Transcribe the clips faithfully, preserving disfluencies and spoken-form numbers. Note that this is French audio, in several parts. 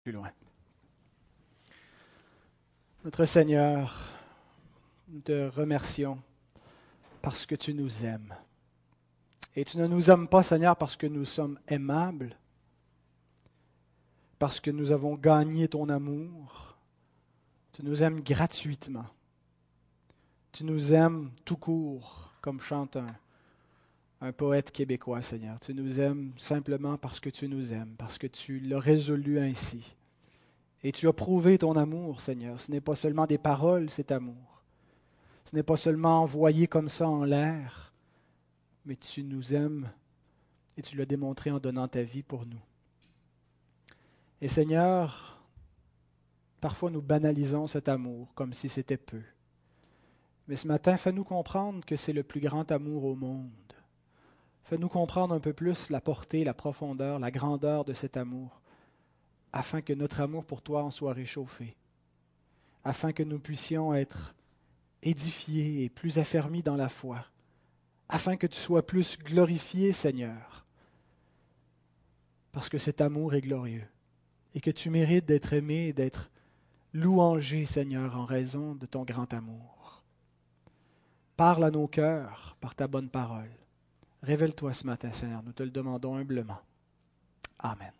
plus loin. Notre Seigneur, nous te remercions parce que tu nous aimes. Et tu ne nous aimes pas, Seigneur, parce que nous sommes aimables, parce que nous avons gagné ton amour. Tu nous aimes gratuitement. Tu nous aimes tout court, comme chante un, un poète québécois, Seigneur. Tu nous aimes simplement parce que tu nous aimes, parce que tu l'as résolu ainsi. Et tu as prouvé ton amour, Seigneur. Ce n'est pas seulement des paroles, cet amour. Ce n'est pas seulement envoyé comme ça en l'air, mais tu nous aimes et tu l'as démontré en donnant ta vie pour nous. Et Seigneur, parfois nous banalisons cet amour comme si c'était peu. Mais ce matin, fais-nous comprendre que c'est le plus grand amour au monde. Fais-nous comprendre un peu plus la portée, la profondeur, la grandeur de cet amour, afin que notre amour pour toi en soit réchauffé, afin que nous puissions être édifiés et plus affermis dans la foi, afin que tu sois plus glorifié, Seigneur, parce que cet amour est glorieux et que tu mérites d'être aimé et d'être louangé, Seigneur, en raison de ton grand amour. Parle à nos cœurs par ta bonne parole. Révèle-toi ce matin, Seigneur, nous te le demandons humblement. Amen.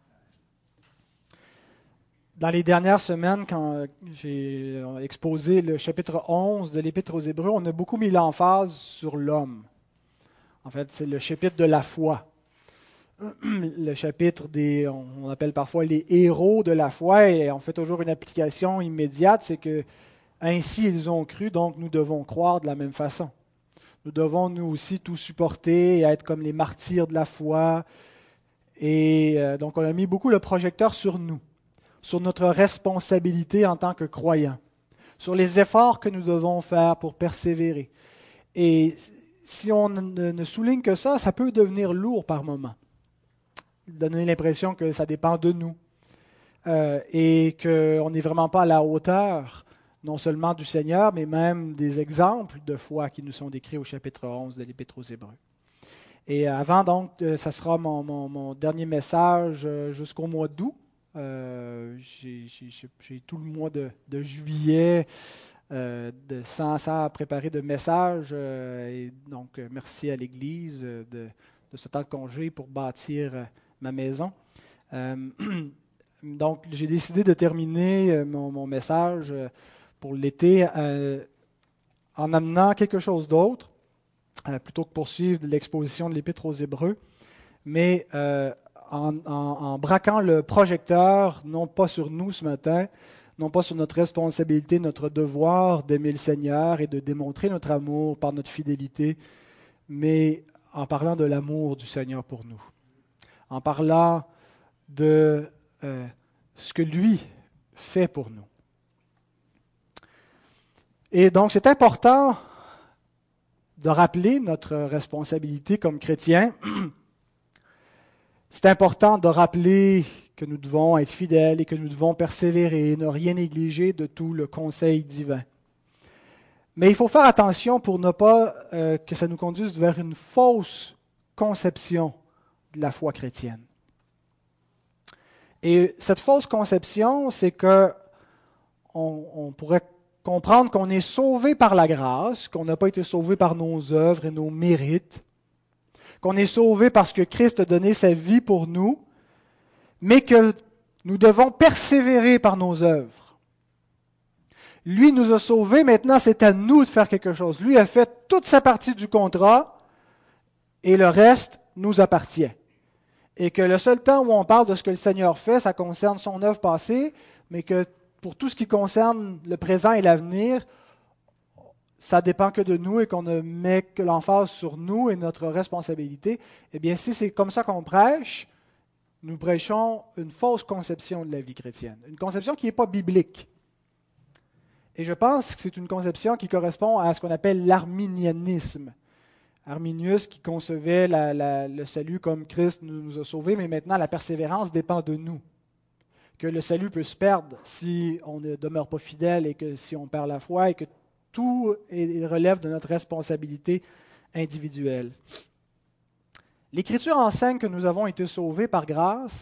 Dans les dernières semaines, quand j'ai exposé le chapitre onze de l'Épître aux Hébreux, on a beaucoup mis l'emphase sur l'homme. En fait, c'est le chapitre de la foi. Le chapitre des, on appelle parfois les héros de la foi, et on fait toujours une application immédiate, c'est que ainsi ils ont cru, donc nous devons croire de la même façon. Nous devons nous aussi tout supporter et être comme les martyrs de la foi. Et euh, donc on a mis beaucoup le projecteur sur nous, sur notre responsabilité en tant que croyants, sur les efforts que nous devons faire pour persévérer. Et si on ne, ne souligne que ça, ça peut devenir lourd par moments. Donner l'impression que ça dépend de nous euh, et qu'on n'est vraiment pas à la hauteur, non seulement du Seigneur, mais même des exemples de foi qui nous sont décrits au chapitre onze de l'Épître aux Hébreux. Et avant, donc, ça sera mon, mon, mon dernier message jusqu'au mois d'août. Euh, j'ai, j'ai, j'ai tout le mois de, de juillet euh, de, sans, sans préparer de message. Euh, et donc, merci à l'Église de, de ce temps de congé pour bâtir ma maison. Euh, donc, j'ai décidé de terminer mon, mon message pour l'été euh, en amenant quelque chose d'autre, euh, plutôt que poursuivre l'exposition de l'Épître aux Hébreux, mais euh, en, en, en braquant le projecteur, non pas sur nous ce matin, non pas sur notre responsabilité, notre devoir d'aimer le Seigneur et de démontrer notre amour par notre fidélité, mais en parlant de l'amour du Seigneur pour nous, en parlant de euh, ce que lui fait pour nous. Et donc, c'est important de rappeler notre responsabilité comme chrétiens. C'est important de rappeler que nous devons être fidèles et que nous devons persévérer, ne rien négliger de tout le conseil divin. Mais il faut faire attention pour ne pas euh, que ça nous conduise vers une fausse conception de la foi chrétienne. Et cette fausse conception, c'est que on, on pourrait comprendre qu'on est sauvé par la grâce, qu'on n'a pas été sauvé par nos œuvres et nos mérites, qu'on est sauvé parce que Christ a donné sa vie pour nous, mais que nous devons persévérer par nos œuvres. Lui nous a sauvés, maintenant c'est à nous de faire quelque chose. Lui a fait toute sa partie du contrat et le reste nous appartient. Et que le seul temps où on parle de ce que le Seigneur fait, ça concerne son œuvre passée, mais que pour tout ce qui concerne le présent et l'avenir, ça dépend que de nous et qu'on ne met que l'emphase sur nous et notre responsabilité. Eh bien, si c'est comme ça qu'on prêche, nous prêchons une fausse conception de la vie chrétienne, une conception qui n'est pas biblique. Et je pense que c'est une conception qui correspond à ce qu'on appelle l'arminianisme. Arminius qui concevait la, la, le salut comme Christ nous, nous a sauvés, mais maintenant la persévérance dépend de nous. Que le salut peut se perdre si on ne demeure pas fidèle et que si on perd la foi et que tout est, relève de notre responsabilité individuelle. L'Écriture enseigne que nous avons été sauvés par grâce,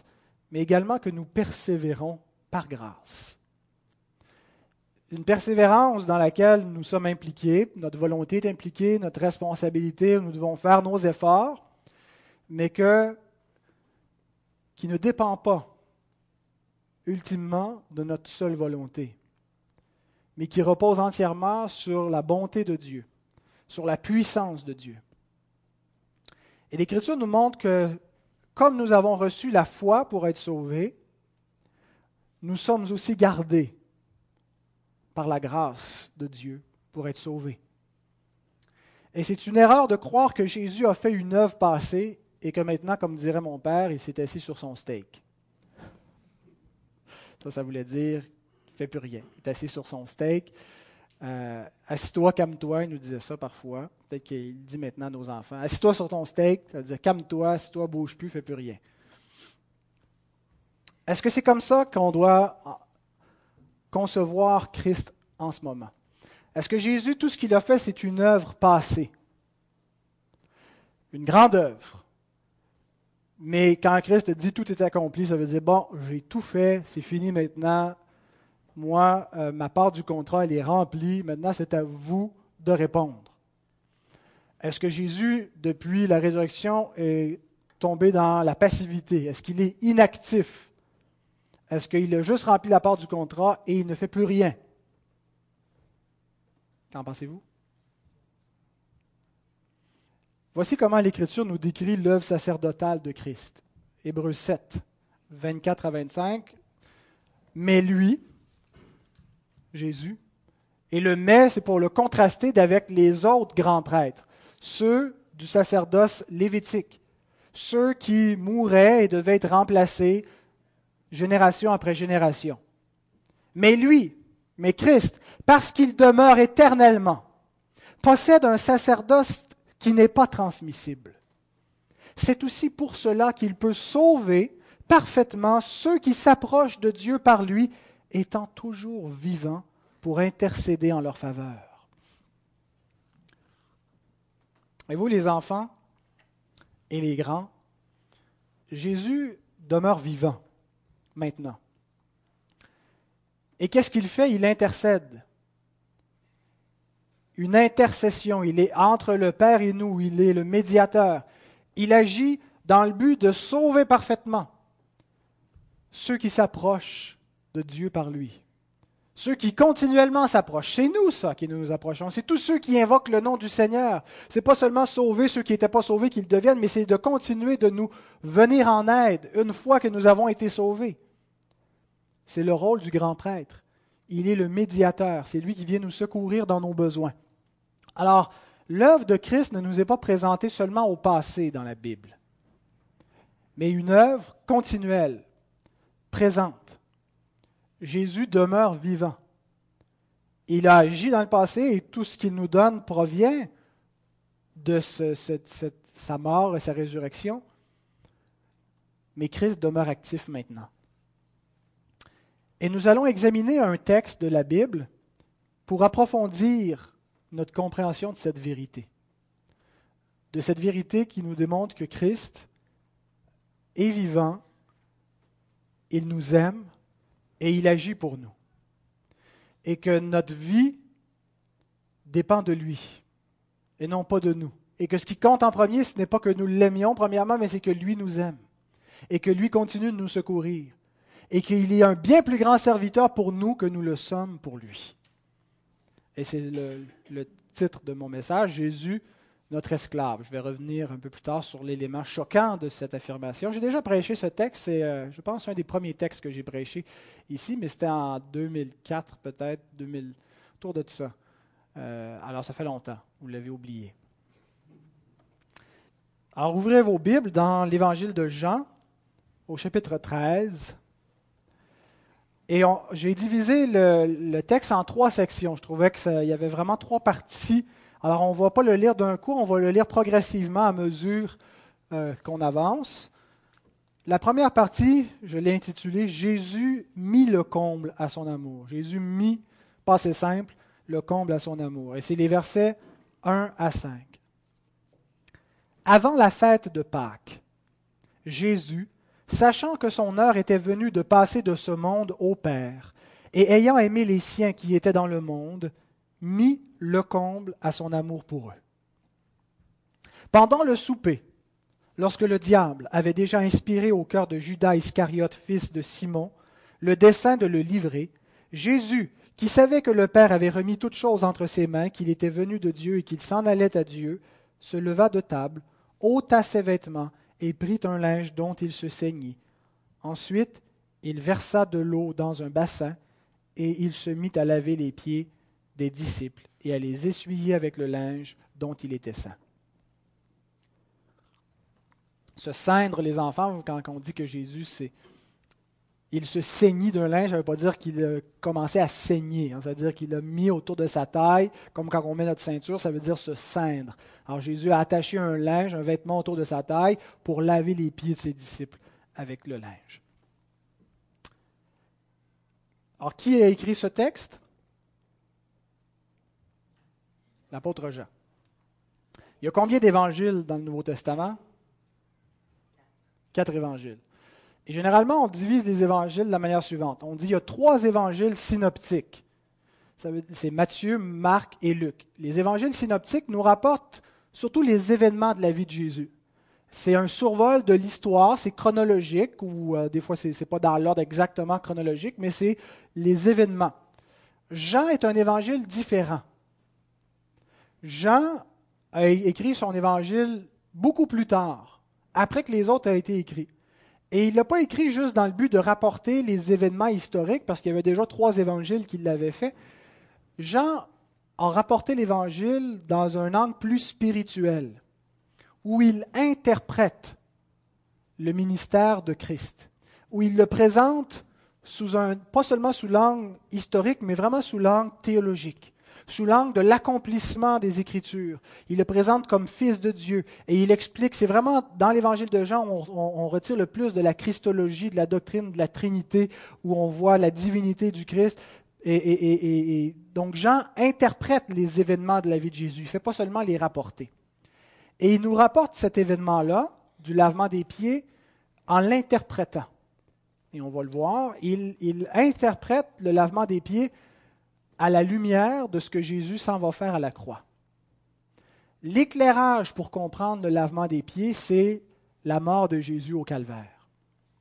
mais également que nous persévérons par grâce. Une persévérance dans laquelle nous sommes impliqués, notre volonté est impliquée, notre responsabilité, nous devons faire nos efforts, mais que, qui ne dépend pas ultimement de notre seule volonté, mais qui repose entièrement sur la bonté de Dieu, sur la puissance de Dieu. Et l'Écriture nous montre que, comme nous avons reçu la foi pour être sauvés, nous sommes aussi gardés par la grâce de Dieu pour être sauvés. Et c'est une erreur de croire que Jésus a fait une œuvre passée et que maintenant, comme dirait mon père, il s'est assis sur son steak. Ça, ça voulait dire, il ne fait plus rien. Il est assis sur son steak. Euh, assis-toi, calme-toi, il nous disait ça parfois. Peut-être qu'il dit maintenant à nos enfants. Assis-toi sur ton steak, ça veut dire calme-toi, assis-toi, bouge plus, fais plus rien. Est-ce que c'est comme ça qu'on doit concevoir Christ en ce moment? Est-ce que Jésus, tout ce qu'il a fait, c'est une œuvre passée? Une grande œuvre. Mais quand Christ dit tout est accompli, ça veut dire, bon, j'ai tout fait, c'est fini maintenant. Moi, euh, ma part du contrat, elle est remplie. Maintenant, c'est à vous de répondre. Est-ce que Jésus, depuis la résurrection, est tombé dans la passivité? Est-ce qu'il est inactif? Est-ce qu'il a juste rempli la part du contrat et il ne fait plus rien? Qu'en pensez-vous? Voici comment l'Écriture nous décrit l'œuvre sacerdotale de Christ. Hébreux sept, vingt-quatre à vingt-cinq. Mais lui, Jésus, et le mais, c'est pour le contraster d'avec les autres grands prêtres, ceux du sacerdoce lévitique, ceux qui mouraient et devaient être remplacés génération après génération. Mais lui, mais Christ, parce qu'il demeure éternellement, possède un sacerdoce qui n'est pas transmissible. C'est aussi pour cela qu'il peut sauver parfaitement ceux qui s'approchent de Dieu par lui, étant toujours vivants pour intercéder en leur faveur. Et vous, les enfants et les grands, Jésus demeure vivant maintenant. Et qu'est-ce qu'il fait? Il intercède. Une intercession. Il est entre le Père et nous. Il est le médiateur. Il agit dans le but de sauver parfaitement ceux qui s'approchent de Dieu par lui. Ceux qui continuellement s'approchent. C'est nous, ça, qui nous approchons. C'est tous ceux qui invoquent le nom du Seigneur. Ce n'est pas seulement sauver ceux qui n'étaient pas sauvés qu'ils deviennent, mais c'est de continuer de nous venir en aide une fois que nous avons été sauvés. C'est le rôle du grand prêtre. Il est le médiateur. C'est lui qui vient nous secourir dans nos besoins. Alors, l'œuvre de Christ ne nous est pas présentée seulement au passé dans la Bible, mais une œuvre continuelle, présente. Jésus demeure vivant. Il a agi dans le passé et tout ce qu'il nous donne provient de ce, cette, cette, sa mort et sa résurrection. Mais Christ demeure actif maintenant. Et nous allons examiner un texte de la Bible pour approfondir notre compréhension de cette vérité. De cette vérité qui nous démontre que Christ est vivant, il nous aime et il agit pour nous. Et que notre vie dépend de lui et non pas de nous. Et que ce qui compte en premier, ce n'est pas que nous l'aimions premièrement, mais c'est que lui nous aime et que lui continue de nous secourir. Et qu'il est un bien plus grand serviteur pour nous que nous le sommes pour lui. Et c'est le, le titre de mon message, Jésus, notre esclave. Je vais revenir un peu plus tard sur l'élément choquant de cette affirmation. J'ai déjà prêché ce texte, c'est, euh, je pense, un des premiers textes que j'ai prêché ici, mais c'était en deux mille quatre peut-être, deux mille, autour de tout ça. Euh, alors ça fait longtemps, vous l'avez oublié. Alors ouvrez vos Bibles dans l'Évangile de Jean, au chapitre treize. Et on, j'ai divisé le, le texte en trois sections. Je trouvais qu'il y avait vraiment trois parties. Alors, on ne va pas le lire d'un coup, on va le lire progressivement à mesure euh, qu'on avance. La première partie, je l'ai intitulée « Jésus mit le comble à son amour ». Jésus mit, passé simple, le comble à son amour. Et c'est les versets un à cinq. Avant la fête de Pâques, Jésus, sachant que son heure était venue de passer de ce monde au Père, et ayant aimé les siens qui étaient dans le monde, mit le comble à son amour pour eux. Pendant le souper, lorsque le diable avait déjà inspiré au cœur de Judas Iscariote, fils de Simon, le dessein de le livrer, Jésus, qui savait que le Père avait remis toutes choses entre ses mains, qu'il était venu de Dieu et qu'il s'en allait à Dieu, se leva de table, ôta ses vêtements et prit un linge dont il se ceignit. Ensuite, il versa de l'eau dans un bassin et il se mit à laver les pieds des disciples et à les essuyer avec le linge dont il était saint. Se ceindre, les enfants, quand on dit que Jésus, c'est, il se ceignit d'un linge, ça ne veut pas dire qu'il a commencé à saigner. Hein, ça veut dire qu'il a mis autour de sa taille, comme quand on met notre ceinture, ça veut dire se ceindre. Alors Jésus a attaché un linge, un vêtement autour de sa taille pour laver les pieds de ses disciples avec le linge. Alors, qui a écrit ce texte? L'apôtre Jean. Il y a combien d'évangiles dans le Nouveau Testament? Quatre évangiles. Et généralement, on divise les évangiles de la manière suivante. On dit qu'il y a trois évangiles synoptiques. Ça veut dire, c'est Matthieu, Marc et Luc. Les évangiles synoptiques nous rapportent surtout les événements de la vie de Jésus. C'est un survol de l'histoire, c'est chronologique, ou euh, des fois, ce n'est pas dans l'ordre exactement chronologique, mais c'est les événements. Jean est un évangile différent. Jean a écrit son évangile beaucoup plus tard, après que les autres aient été écrits. Et il ne l'a pas écrit juste dans le but de rapporter les événements historiques, parce qu'il y avait déjà trois évangiles qui l'avaient fait. Jean a rapporté l'évangile dans un angle plus spirituel, où il interprète le ministère de Christ, où il le présente sous un, pas seulement sous l'angle historique, mais vraiment sous l'angle théologique, sous l'angle de l'accomplissement des Écritures. Il le présente comme Fils de Dieu et il explique, c'est vraiment dans l'Évangile de Jean, on, on, on retire le plus de la Christologie, de la doctrine de la Trinité, où on voit la divinité du Christ. Et, et, et, et donc Jean interprète les événements de la vie de Jésus, il ne fait pas seulement les rapporter. Et il nous rapporte cet événement-là, du lavement des pieds, en l'interprétant. Et on va le voir, il, il interprète le lavement des pieds à la lumière de ce que Jésus s'en va faire à la croix. L'éclairage pour comprendre le lavement des pieds, c'est la mort de Jésus au calvaire.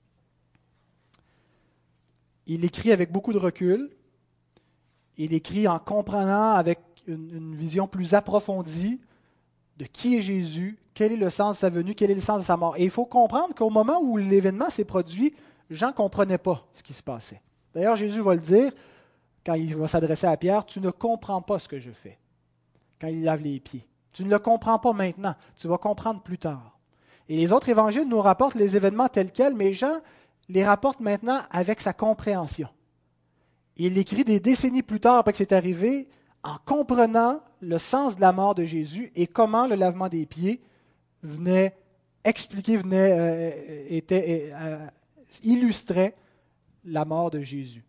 Il écrit avec beaucoup de recul, il écrit en comprenant avec une, une vision plus approfondie de qui est Jésus, quel est le sens de sa venue, quel est le sens de sa mort. Et il faut comprendre qu'au moment où l'événement s'est produit, Jean ne comprenait pas ce qui se passait. D'ailleurs, Jésus va le dire, quand il va s'adresser à Pierre, « Tu ne comprends pas ce que je fais » quand il lave les pieds. Tu ne le comprends pas maintenant, tu vas comprendre plus tard. Et les autres évangiles nous rapportent les événements tels quels, mais Jean les rapporte maintenant avec sa compréhension. Il écrit des décennies plus tard après que c'est arrivé, en comprenant le sens de la mort de Jésus et comment le lavement des pieds venait expliquer, venait, euh, était, euh, illustrait la mort de Jésus.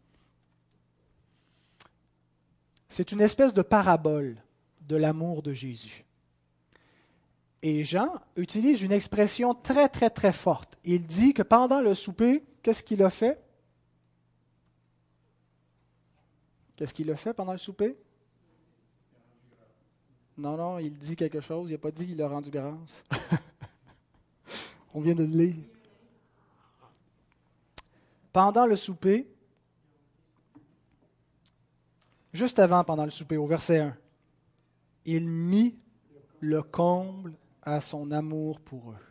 C'est une espèce de parabole de l'amour de Jésus. Et Jean utilise une expression très, très, très forte. Il dit que pendant le souper, qu'est-ce qu'il a fait? Qu'est-ce qu'il a fait pendant le souper? Non, non, il dit quelque chose. Il n'a pas dit qu'il a rendu grâce. On vient de le lire. Pendant le souper, juste avant, pendant le souper, au verset un, il mit le comble à son amour pour eux.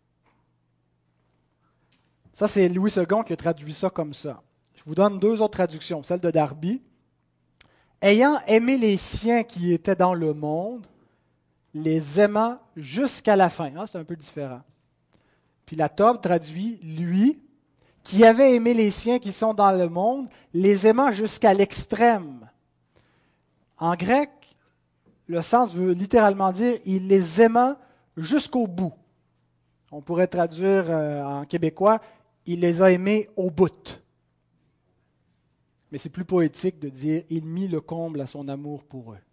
Ça, c'est Louis second qui a traduit ça comme ça. Je vous donne deux autres traductions, celle de Darby. Ayant aimé les siens qui étaient dans le monde, les aimant jusqu'à la fin. Ah, c'est un peu différent. Puis la Tobe traduit, lui, qui avait aimé les siens qui sont dans le monde, les aimant jusqu'à l'extrême. En grec, le sens veut littéralement dire, il les aimant jusqu'au bout. On pourrait traduire euh, en québécois, il les a aimés au bout. Mais c'est plus poétique de dire, il mit le comble à son amour pour eux.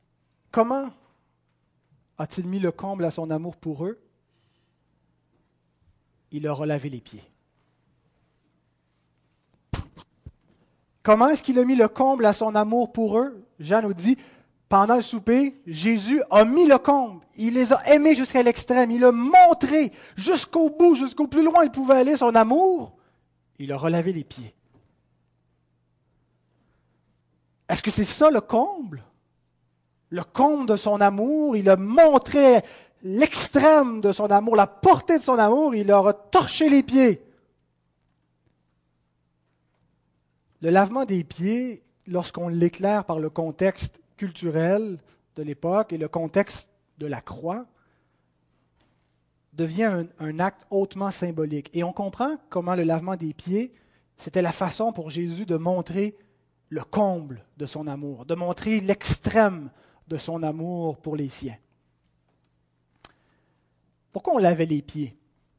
Comment a-t-il mis le comble à son amour pour eux? il leur a lavé les pieds. Comment est-ce qu'il a mis le comble à son amour pour eux? Jean nous dit, pendant le souper, Jésus a mis le comble. Il les a aimés jusqu'à l'extrême. Il a montré jusqu'au bout, jusqu'au plus loin il pouvait aller son amour. Il leur a lavé les pieds. Est-ce que c'est ça le comble? Le comble de son amour, il a montré l'extrême de son amour, la portée de son amour, il leur a torché les pieds. Le lavement des pieds, lorsqu'on l'éclaire par le contexte culturel de l'époque et le contexte de la croix, devient un, un acte hautement symbolique. Et on comprend comment le lavement des pieds, c'était la façon pour Jésus de montrer le comble de son amour, de montrer l'extrême de son amour pour les siens. Pourquoi on lavait les pieds?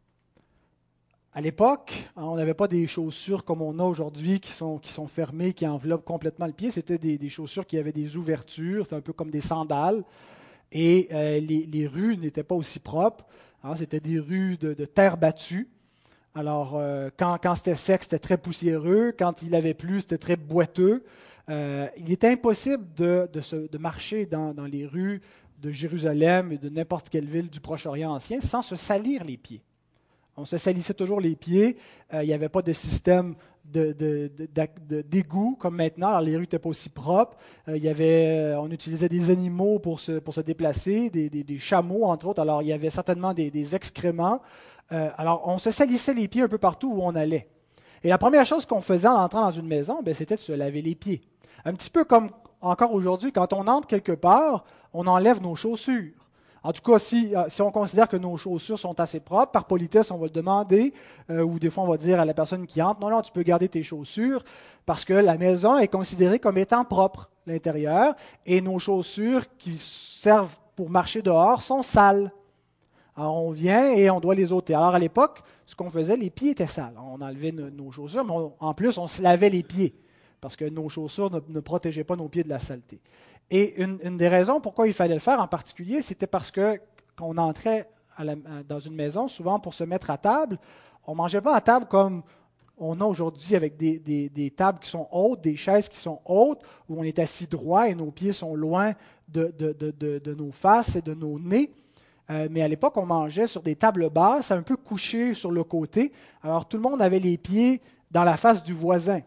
À l'époque, on n'avait pas des chaussures comme on a aujourd'hui qui sont, qui sont fermées, qui enveloppent complètement le pied. C'était des, des chaussures qui avaient des ouvertures, c'était un peu comme des sandales. Et euh, les, les rues n'étaient pas aussi propres. Hein, c'était des rues de, de terre battue. Alors, euh, quand, quand c'était sec, c'était très poussiéreux. Quand il avait plu, c'était très boiteux. Euh, il était impossible de, de, se, de marcher dans, dans les rues de Jérusalem et de n'importe quelle ville du Proche-Orient ancien sans se salir les pieds. On se salissait toujours les pieds. Euh, il n'y avait pas de système de, de, de, de, d'égout comme maintenant. Alors, les rues n'étaient pas aussi propres. Euh, il y avait, on utilisait des animaux pour se, pour se déplacer, des, des, des chameaux, entre autres. Alors, il y avait certainement des, des excréments. Euh, alors, on se salissait les pieds un peu partout où on allait. Et la première chose qu'on faisait en entrant dans une maison, bien, c'était de se laver les pieds. Un petit peu comme encore aujourd'hui, quand on entre quelque part, on enlève nos chaussures. En tout cas, si, si on considère que nos chaussures sont assez propres, par politesse, on va le demander, euh, ou des fois, on va dire à la personne qui entre, non, non, tu peux garder tes chaussures, parce que la maison est considérée comme étant propre, l'intérieur, et nos chaussures qui servent pour marcher dehors sont sales. Alors, on vient et on doit les ôter. Alors, à l'époque, ce qu'on faisait, les pieds étaient sales. On enlevait nos, nos chaussures, mais on, en plus, on se lavait les pieds, parce que nos chaussures ne, ne protégeaient pas nos pieds de la saleté. Et une, une des raisons pourquoi il fallait le faire en particulier, c'était parce que quand on entrait à la, dans une maison, souvent pour se mettre à table, on ne mangeait pas à table comme on a aujourd'hui avec des, des, des tables qui sont hautes, des chaises qui sont hautes, où on est assis droit et nos pieds sont loin de, de, de, de, de nos faces et de nos nez. Euh, mais à l'époque, on mangeait sur des tables basses, un peu couchées sur le côté. Alors tout le monde avait les pieds dans la face du voisin.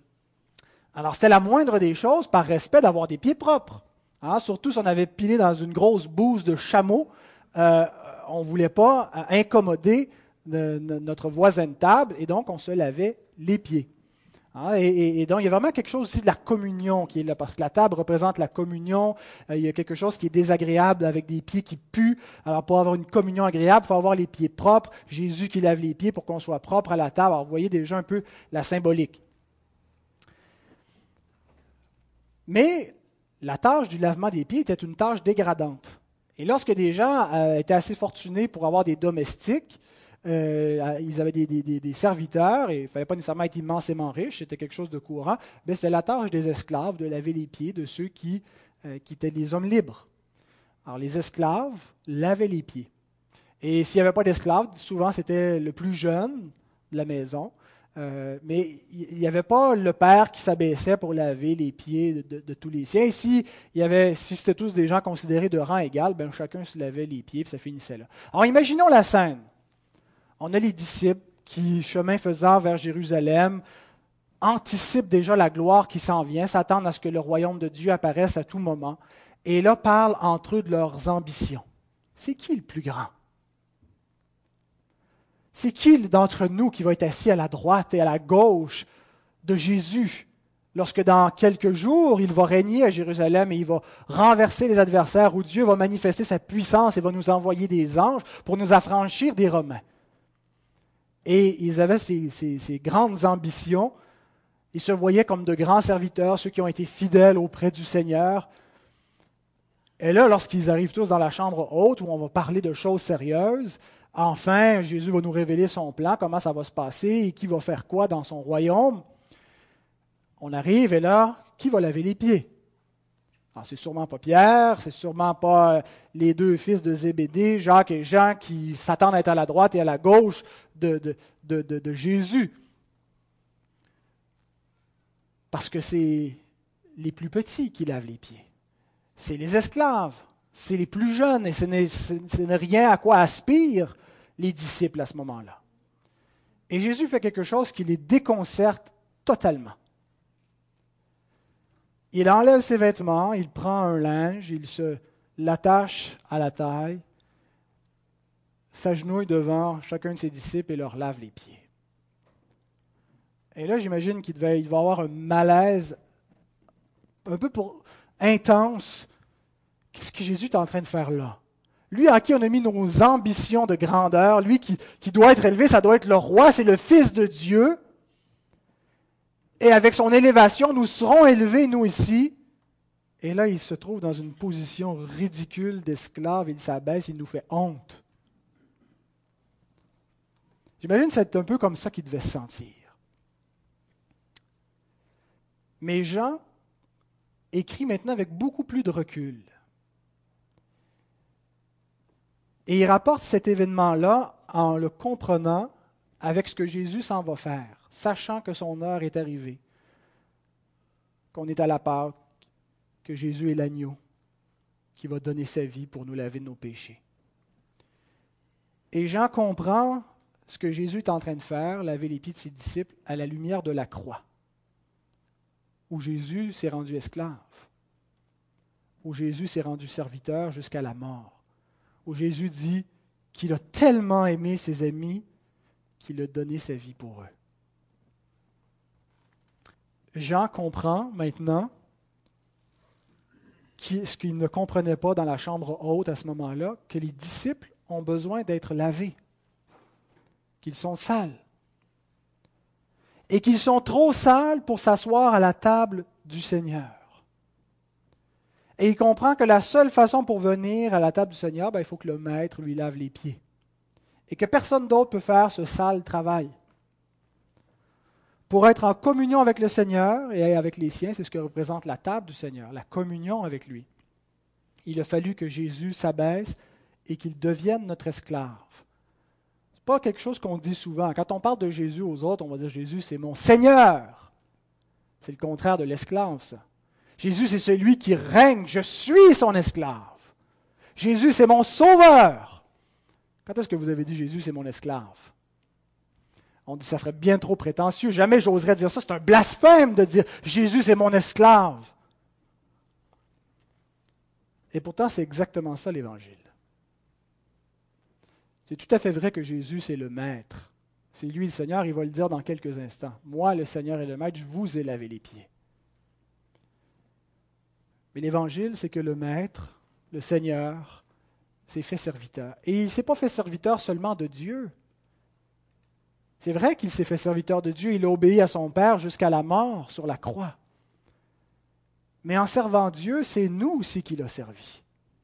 Alors, c'était la moindre des choses, par respect, d'avoir des pieds propres. Hein? Surtout si on avait pilé dans une grosse bouse de chameau, euh, on ne voulait pas incommoder de, de notre voisin de table, et donc on se lavait les pieds. Hein? Et, et, et donc, il y a vraiment quelque chose aussi de la communion qui est là, parce que la table représente la communion. Euh, il y a quelque chose qui est désagréable avec des pieds qui puent. Alors, pour avoir une communion agréable, il faut avoir les pieds propres. Jésus qui lave les pieds pour qu'on soit propre à la table. Alors, vous voyez déjà un peu la symbolique. Mais la tâche du lavement des pieds était une tâche dégradante. Et lorsque des gens euh, étaient assez fortunés pour avoir des domestiques, euh, ils avaient des, des, des serviteurs, et il ne fallait pas nécessairement être immensément riche, c'était quelque chose de courant, mais c'était la tâche des esclaves de laver les pieds de ceux qui, euh, qui étaient des hommes libres. Alors les esclaves lavaient les pieds. Et s'il n'y avait pas d'esclaves, souvent c'était le plus jeune de la maison. Euh, mais il n'y avait pas le père qui s'abaissait pour laver les pieds de, de, de tous les siens. Et si, il y avait, si c'était tous des gens considérés de rang égal, ben chacun se lavait les pieds et ça finissait là. Alors imaginons la scène. On a les disciples qui, chemin faisant vers Jérusalem, anticipent déjà la gloire qui s'en vient, s'attendent à ce que le royaume de Dieu apparaisse à tout moment, et là parlent entre eux de leurs ambitions. C'est qui le plus grand? C'est qui d'entre nous qui va être assis à la droite et à la gauche de Jésus lorsque dans quelques jours, il va régner à Jérusalem et il va renverser les adversaires, où Dieu va manifester sa puissance et va nous envoyer des anges pour nous affranchir des Romains? Et ils avaient ces, ces, ces grandes ambitions. Ils se voyaient comme de grands serviteurs, ceux qui ont été fidèles auprès du Seigneur. Et là, lorsqu'ils arrivent tous dans la chambre haute, où on va parler de choses sérieuses, enfin, Jésus va nous révéler son plan, comment ça va se passer et qui va faire quoi dans son royaume. On arrive et là, qui va laver les pieds? Alors, c'est sûrement pas Pierre, c'est sûrement pas les deux fils de Zébédée, Jacques et Jean, qui s'attendent à être à la droite et à la gauche de, de, de, de, de Jésus. Parce que c'est les plus petits qui lavent les pieds. C'est les esclaves, c'est les plus jeunes, et ce n'est, ce n'est rien à quoi aspirent les disciples à ce moment-là. Et Jésus fait quelque chose qui les déconcerte totalement. Il enlève ses vêtements, il prend un linge, il se l'attache à la taille, s'agenouille devant chacun de ses disciples et leur lave les pieds. Et là, j'imagine qu'il devait, il devait avoir un malaise un peu pour, intense. Qu'est-ce que Jésus est en train de faire là? Lui en qui on a mis nos ambitions de grandeur, lui qui, qui doit être élevé, ça doit être le roi, c'est le Fils de Dieu. Et avec son élévation, nous serons élevés, nous ici. Et là, il se trouve dans une position ridicule d'esclave, il s'abaisse, il nous fait honte. J'imagine que c'est un peu comme ça qu'il devait se sentir. Mais Jean écrit maintenant avec beaucoup plus de recul. Et il rapporte cet événement-là en le comprenant avec ce que Jésus s'en va faire, sachant que son heure est arrivée, qu'on est à la Pâque, que Jésus est l'agneau qui va donner sa vie pour nous laver de nos péchés. Et Jean comprend ce que Jésus est en train de faire, laver les pieds de ses disciples, à la lumière de la croix, où Jésus s'est rendu esclave, où Jésus s'est rendu serviteur jusqu'à la mort, où Jésus dit qu'il a tellement aimé ses amis qu'il a donné sa vie pour eux. Jean comprend maintenant ce qu'il ne comprenait pas dans la chambre haute à ce moment-là, que les disciples ont besoin d'être lavés, qu'ils sont sales, et qu'ils sont trop sales pour s'asseoir à la table du Seigneur. Et il comprend que la seule façon pour venir à la table du Seigneur, ben, il faut que le maître lui lave les pieds. Et que personne d'autre peut faire ce sale travail. Pour être en communion avec le Seigneur et avec les siens, c'est ce que représente la table du Seigneur, la communion avec lui. Il a fallu que Jésus s'abaisse et qu'il devienne notre esclave. Ce n'est pas quelque chose qu'on dit souvent. Quand on parle de Jésus aux autres, on va dire Jésus, c'est mon Seigneur. C'est le contraire de l'esclave, ça. Jésus, c'est celui qui règne. Je suis son esclave. Jésus, c'est mon sauveur. Quand est-ce que vous avez dit Jésus, c'est mon esclave? On dit ça ferait bien trop prétentieux. Jamais j'oserais dire ça. C'est un blasphème de dire Jésus, c'est mon esclave. Et pourtant, c'est exactement ça l'Évangile. C'est tout à fait vrai que Jésus, c'est le Maître. C'est lui le Seigneur, il va le dire dans quelques instants. Moi, le Seigneur et le Maître, je vous ai lavé les pieds. Mais l'Évangile, c'est que le Maître, le Seigneur, s'est fait serviteur. Et il ne s'est pas fait serviteur seulement de Dieu. C'est vrai qu'il s'est fait serviteur de Dieu, il a obéi à son Père jusqu'à la mort sur la croix. Mais en servant Dieu, c'est nous aussi qu'il a servi.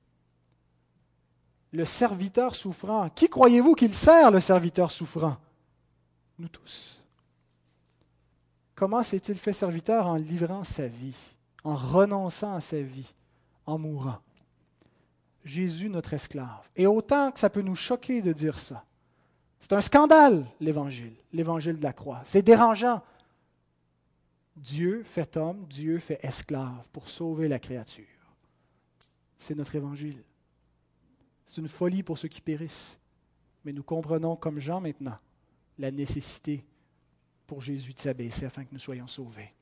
Le serviteur souffrant. Qui croyez-vous qu'il sert, le serviteur souffrant? Nous tous. Comment s'est-il fait serviteur? En livrant sa vie, en renonçant à sa vie, en mourant. Jésus, notre esclave. Et autant que ça peut nous choquer de dire ça, c'est un scandale, l'Évangile, l'Évangile de la croix. C'est dérangeant. Dieu fait homme, Dieu fait esclave pour sauver la créature. C'est notre Évangile. C'est une folie pour ceux qui périssent. Mais nous comprenons comme Jean maintenant la nécessité pour Jésus de s'abaisser afin que nous soyons sauvés.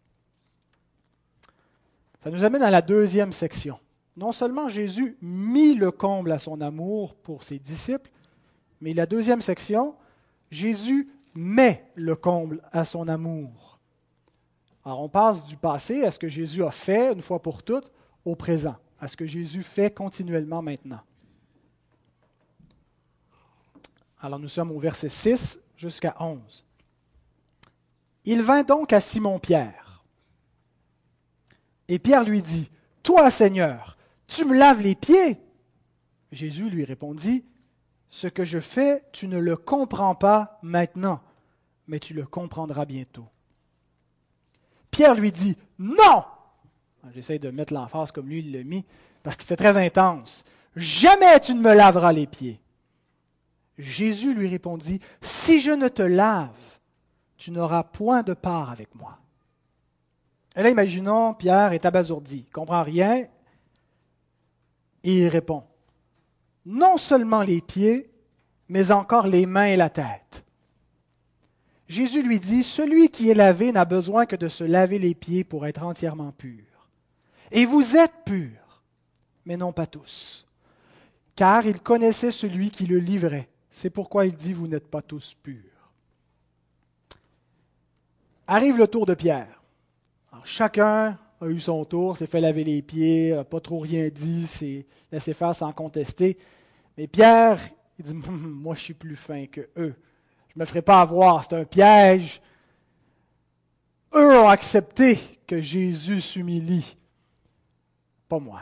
Ça nous amène à la deuxième section. Non seulement Jésus mit le comble à son amour pour ses disciples, mais la deuxième section, Jésus met le comble à son amour. Alors on passe du passé à ce que Jésus a fait une fois pour toutes au présent, à ce que Jésus fait continuellement maintenant. Alors nous sommes au verset six jusqu'à onze. Il vint donc à Simon-Pierre. Et Pierre lui dit, « Toi, Seigneur, tu me laves les pieds. » Jésus lui répondit, « Ce que je fais, tu ne le comprends pas maintenant, mais tu le comprendras bientôt. » Pierre lui dit, « Non !» J'essaie de mettre l'emphase comme lui il l'a mis, parce que c'était très intense. « Jamais tu ne me laveras les pieds. » Jésus lui répondit, « Si je ne te lave, tu n'auras point de part avec moi. » Et là, imaginons, Pierre est abasourdi, il ne comprend rien, et il répond, « Non seulement les pieds, mais encore les mains et la tête. » Jésus lui dit, « Celui qui est lavé n'a besoin que de se laver les pieds pour être entièrement pur. Et vous êtes purs, mais non pas tous. » Car il connaissait celui qui le livrait. C'est pourquoi il dit, « Vous n'êtes pas tous purs. » Arrive le tour de Pierre. Alors, chacun a eu son tour, s'est fait laver les pieds, n'a pas trop rien dit, s'est laissé faire sans contester. Mais Pierre, il dit, « Moi, je suis plus fin que eux. Je ne me ferai pas avoir, c'est un piège. » Eux ont accepté que Jésus s'humilie, pas moi.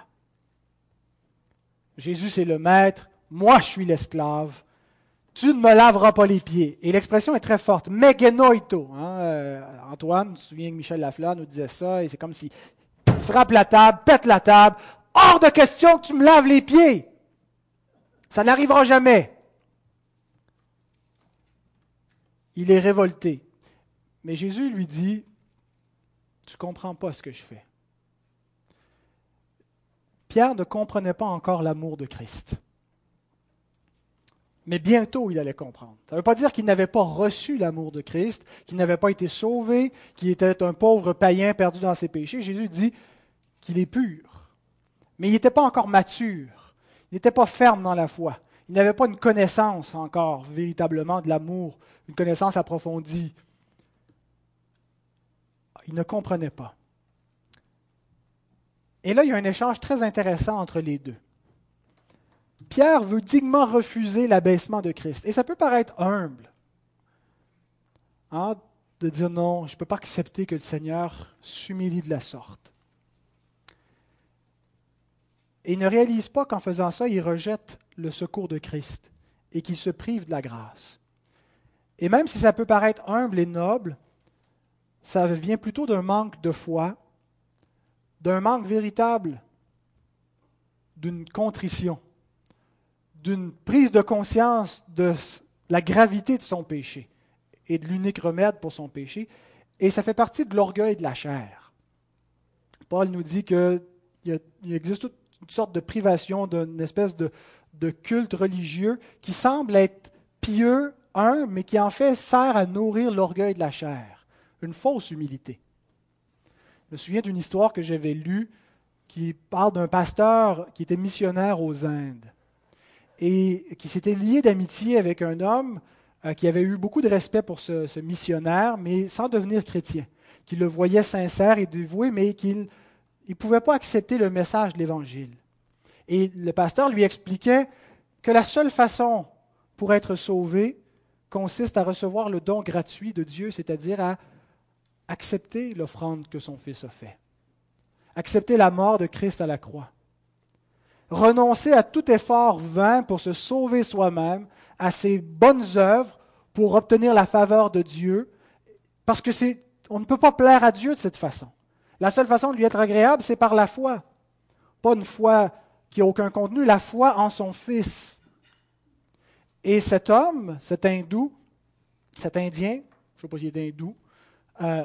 Jésus, c'est le maître, moi, je suis l'esclave. Tu ne me laveras pas les pieds. Et l'expression est très forte. Megenoito. Hein, euh, Antoine, tu te souviens que Michel Lafleur nous disait ça, et c'est comme s'il frappe la table, pète la table. Hors de question que tu me laves les pieds. Ça n'arrivera jamais. Il est révolté. Mais Jésus lui dit, tu ne comprends pas ce que je fais. Pierre ne comprenait pas encore l'amour de Christ. Mais bientôt, il allait comprendre. Ça ne veut pas dire qu'il n'avait pas reçu l'amour de Christ, qu'il n'avait pas été sauvé, qu'il était un pauvre païen perdu dans ses péchés. Jésus dit qu'il est pur. Mais il n'était pas encore mature. Il n'était pas ferme dans la foi. Il n'avait pas une connaissance encore véritablement de l'amour, une connaissance approfondie. Il ne comprenait pas. Et là, il y a un échange très intéressant entre les deux. Pierre veut dignement refuser l'abaissement de Christ. Et ça peut paraître humble, hein, de dire non, je ne peux pas accepter que le Seigneur s'humilie de la sorte. Et il ne réalise pas qu'en faisant ça, il rejette le secours de Christ et qu'il se prive de la grâce. Et même si ça peut paraître humble et noble, ça vient plutôt d'un manque de foi, d'un manque véritable, d'une contrition, d'une prise de conscience de la gravité de son péché et de l'unique remède pour son péché. Et ça fait partie de l'orgueil de la chair. Paul nous dit qu'il existe toute une sorte de privation, d'une espèce de, de culte religieux qui semble être pieux, un, mais qui en fait sert à nourrir l'orgueil de la chair, une fausse humilité. Je me souviens d'une histoire que j'avais lue qui parle d'un pasteur qui était missionnaire aux Indes et qui s'était lié d'amitié avec un homme euh, qui avait eu beaucoup de respect pour ce, ce missionnaire, mais sans devenir chrétien, qui le voyait sincère et dévoué, mais qu'il ne pouvait pas accepter le message de l'Évangile. Et le pasteur lui expliquait que la seule façon pour être sauvé consiste à recevoir le don gratuit de Dieu, c'est-à-dire à accepter l'offrande que son Fils a faite, accepter la mort de Christ à la croix, renoncer à tout effort vain pour se sauver soi-même, à ses bonnes œuvres pour obtenir la faveur de Dieu, parce que c'est, on ne peut pas plaire à Dieu de cette façon. La seule façon de lui être agréable, c'est par la foi. Pas une foi qui n'a aucun contenu, la foi en son Fils. Et cet homme, cet hindou, cet Indien, je ne sais pas s'il est hindou, euh,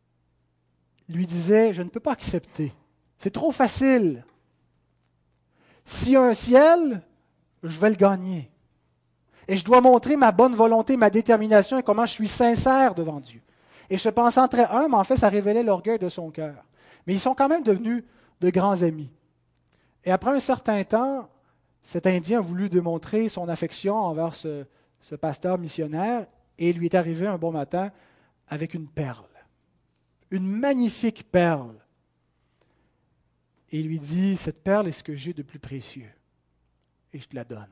lui disait, je ne peux pas accepter. C'est trop facile. S'il y a un ciel, je vais le gagner. Et je dois montrer ma bonne volonté, ma détermination et comment je suis sincère devant Dieu. Et se pensant très humble, en fait, ça révélait l'orgueil de son cœur. Mais ils sont quand même devenus de grands amis. Et après un certain temps, cet Indien a voulu démontrer son affection envers ce, ce pasteur missionnaire et il lui est arrivé un bon matin avec une perle. Une magnifique perle. Et il lui dit, cette perle est ce que j'ai de plus précieux. Et je te la donne.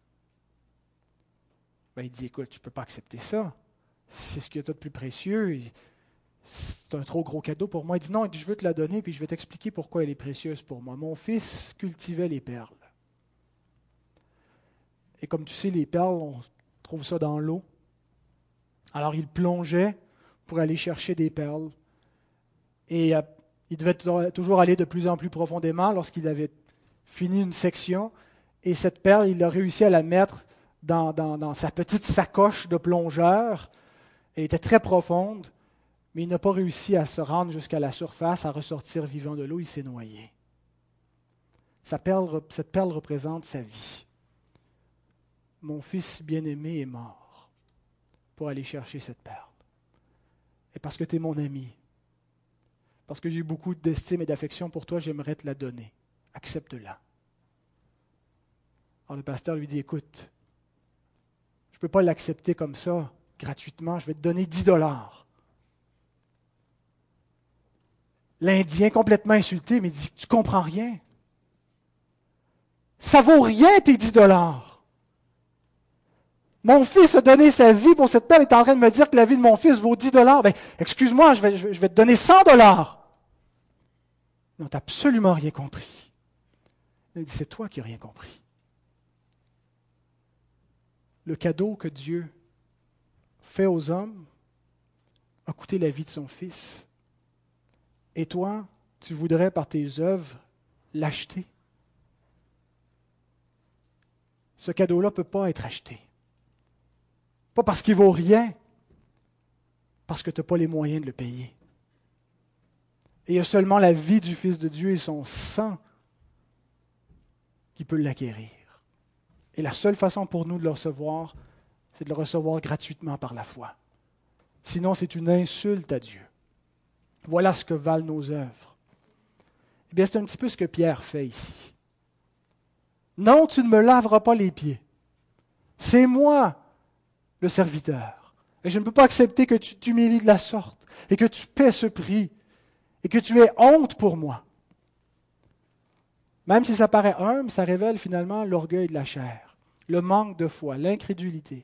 Ben, il dit, écoute, tu ne peux pas accepter ça. C'est ce que tu as de plus précieux. C'est un trop gros cadeau pour moi. Il dit, non, il dit, je veux te la donner, puis je vais t'expliquer pourquoi elle est précieuse pour moi. Mon fils cultivait les perles. Et comme tu sais, les perles, on trouve ça dans l'eau. Alors il plongeait pour aller chercher des perles. Et Il devait toujours aller de plus en plus profondément lorsqu'il avait fini une section. Et cette perle, il a réussi à la mettre dans, dans, dans sa petite sacoche de plongeur. Elle était très profonde, mais il n'a pas réussi à se rendre jusqu'à la surface, à ressortir vivant de l'eau. Il s'est noyé. Sa perle, cette perle représente sa vie. Mon fils bien-aimé est mort pour aller chercher cette perle. Et parce que tu es mon ami, parce que j'ai beaucoup d'estime et d'affection pour toi, j'aimerais te la donner. Accepte-la. Alors le pasteur lui dit, écoute, je ne peux pas l'accepter comme ça, gratuitement, je vais te donner dix dollars. L'Indien, complètement insulté, me dit, tu ne comprends rien. Ça vaut rien tes dix dollars. Mon fils a donné sa vie pour cette perle, il est en train de me dire que la vie de mon fils vaut dix dollars. Ben, excuse-moi, je vais, je vais te donner cent dollars. Non, tu n'as absolument rien compris. Il dit, c'est toi qui n'as rien compris. Le cadeau que Dieu fait aux hommes a coûté la vie de son fils. Et toi, tu voudrais par tes œuvres l'acheter. Ce cadeau-là ne peut pas être acheté. Pas parce qu'il ne vaut rien, parce que tu n'as pas les moyens de le payer. Et il y a seulement la vie du Fils de Dieu et son sang qui peut l'acquérir. Et la seule façon pour nous de le recevoir, c'est de le recevoir gratuitement par la foi. Sinon, c'est une insulte à Dieu. Voilà ce que valent nos œuvres. Eh bien, c'est un petit peu ce que Pierre fait ici. Non, tu ne me laveras pas les pieds. C'est moi, le serviteur. Et je ne peux pas accepter que tu t'humilies de la sorte et que tu paies ce prix et que tu aies honte pour moi. Même si ça paraît humble, ça révèle finalement l'orgueil de la chair, le manque de foi, l'incrédulité.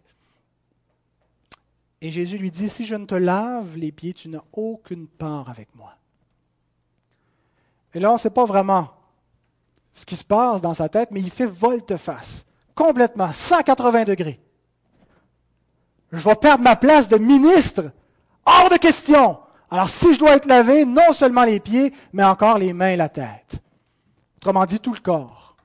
Et Jésus lui dit, si je ne te lave les pieds, tu n'as aucune part avec moi. Et là, on ne sait pas vraiment ce qui se passe dans sa tête, mais il fait volte-face, complètement, cent quatre-vingts degrés. Je vais perdre ma place de ministre, hors de question. Alors si je dois être lavé, non seulement les pieds, mais encore les mains et la tête. Autrement dit, tout le corps.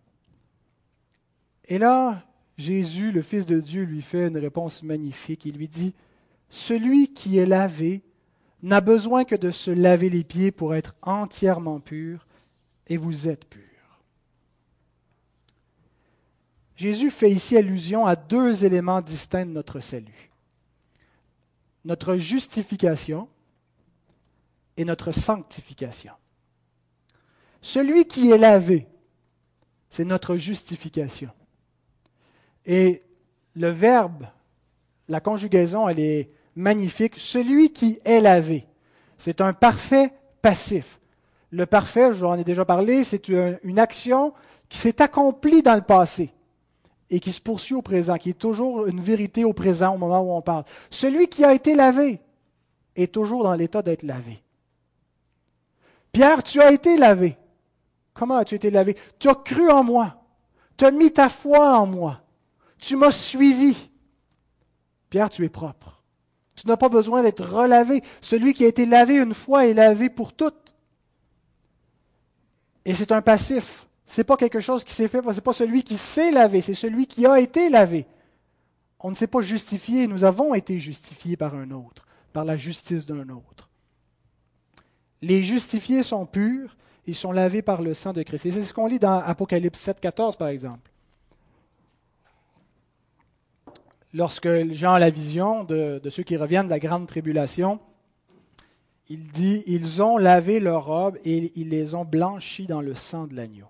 Et là, Jésus, le Fils de Dieu, lui fait une réponse magnifique. Il lui dit, « Celui qui est lavé n'a besoin que de se laver les pieds pour être entièrement pur, et vous êtes purs. » Jésus fait ici allusion à deux éléments distincts de notre salut. Notre justification et notre sanctification. Celui qui est lavé, c'est notre justification. Et le verbe, la conjugaison, elle est magnifique. Celui qui est lavé, c'est un parfait passif. Le parfait, j'en ai déjà parlé, c'est une action qui s'est accomplie dans le passé et qui se poursuit au présent, qui est toujours une vérité au présent au moment où on parle. Celui qui a été lavé est toujours dans l'état d'être lavé. Pierre, tu as été lavé. Comment as-tu été lavé? Tu as cru en moi. Tu as mis ta foi en moi. Tu m'as suivi. Pierre, tu es propre. Tu n'as pas besoin d'être relavé. Celui qui a été lavé une fois est lavé pour toutes. Et c'est un passif. Ce n'est pas quelque chose qui s'est fait. Ce n'est pas celui qui s'est lavé, c'est celui qui a été lavé. On ne s'est pas justifié, nous avons été justifiés par un autre, par la justice d'un autre. Les justifiés sont purs, ils sont lavés par le sang de Christ. Et c'est ce qu'on lit dans Apocalypse sept, quatorze, par exemple. Lorsque Jean a la vision de, de ceux qui reviennent de la grande tribulation, il dit, ils ont lavé leurs robes et ils les ont blanchis dans le sang de l'agneau.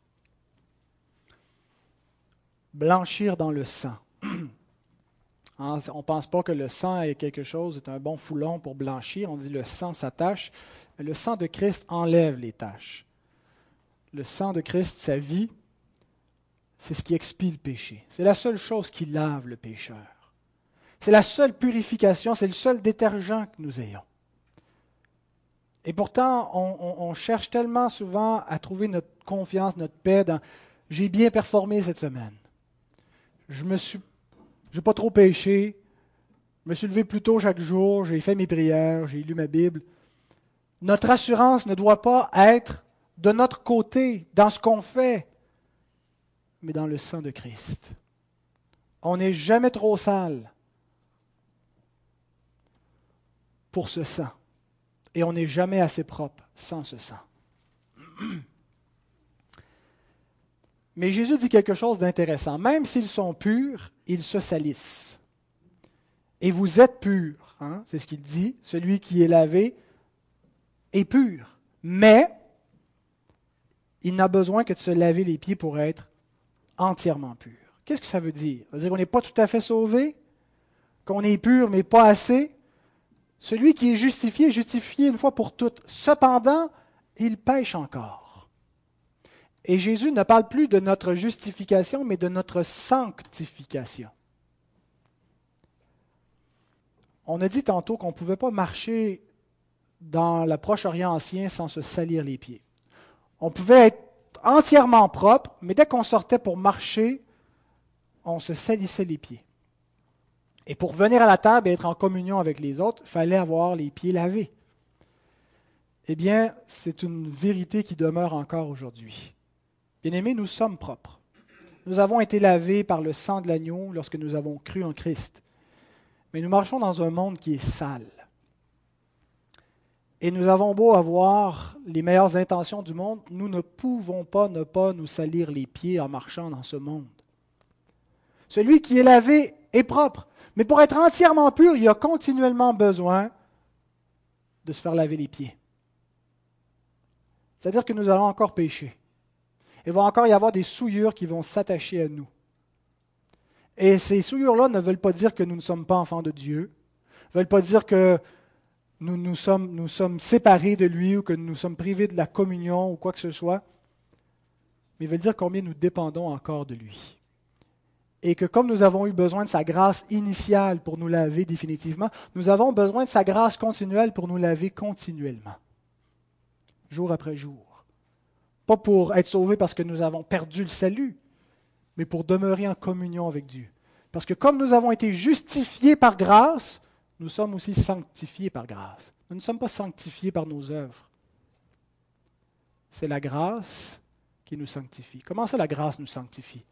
Blanchir dans le sang. On ne pense pas que le sang est quelque chose, est un bon foulon pour blanchir. On dit le sang s'attache. Mais le sang de Christ enlève les taches. Le sang de Christ, sa vie, c'est ce qui expie le péché. C'est la seule chose qui lave le pécheur. C'est la seule purification, c'est le seul détergent que nous ayons. Et pourtant, on, on, on cherche tellement souvent à trouver notre confiance, notre paix dans « j'ai bien performé cette semaine. Je me suis, j'ai pas trop péché. Je me suis levé plus tôt chaque jour. J'ai fait mes prières. J'ai lu ma Bible. » Notre assurance ne doit pas être de notre côté, dans ce qu'on fait, mais dans le sang de Christ. On n'est jamais trop sale pour ce sang. Et on n'est jamais assez propre sans ce sang. Mais Jésus dit quelque chose d'intéressant. Même s'ils sont purs, ils se salissent. Et vous êtes purs, hein? C'est ce qu'il dit. Celui qui est lavé est pur. Mais il n'a besoin que de se laver les pieds pour être entièrement pur. Qu'est-ce que ça veut dire? Ça veut dire qu'on n'est pas tout à fait sauvé, qu'on est pur, mais pas assez. Celui qui est justifié est justifié une fois pour toutes. Cependant, il pêche encore. Et Jésus ne parle plus de notre justification, mais de notre sanctification. On a dit tantôt qu'on ne pouvait pas marcher dans le Proche-Orient ancien sans se salir les pieds. On pouvait être entièrement propre, mais dès qu'on sortait pour marcher, on se salissait les pieds. Et pour venir à la table et être en communion avec les autres, il fallait avoir les pieds lavés. Eh bien, c'est une vérité qui demeure encore aujourd'hui. Bien-aimés, nous sommes propres. Nous avons été lavés par le sang de l'agneau lorsque nous avons cru en Christ. Mais nous marchons dans un monde qui est sale. Et nous avons beau avoir les meilleures intentions du monde, nous ne pouvons pas ne pas nous salir les pieds en marchant dans ce monde. Celui qui est lavé est propre. Mais pour être entièrement pur, il a continuellement besoin de se faire laver les pieds. C'est-à-dire que nous allons encore pécher. Il va encore y avoir des souillures qui vont s'attacher à nous. Et ces souillures-là ne veulent pas dire que nous ne sommes pas enfants de Dieu, ne veulent pas dire que nous nous sommes, nous sommes séparés de lui ou que nous sommes privés de la communion ou quoi que ce soit, mais veulent dire combien nous dépendons encore de lui. Et que comme nous avons eu besoin de sa grâce initiale pour nous laver définitivement, nous avons besoin de sa grâce continuelle pour nous laver continuellement, jour après jour. Pas pour être sauvés parce que nous avons perdu le salut, mais pour demeurer en communion avec Dieu. Parce que comme nous avons été justifiés par grâce, nous sommes aussi sanctifiés par grâce. Nous ne sommes pas sanctifiés par nos œuvres. C'est la grâce qui nous sanctifie. Comment ça, la grâce nous sanctifie?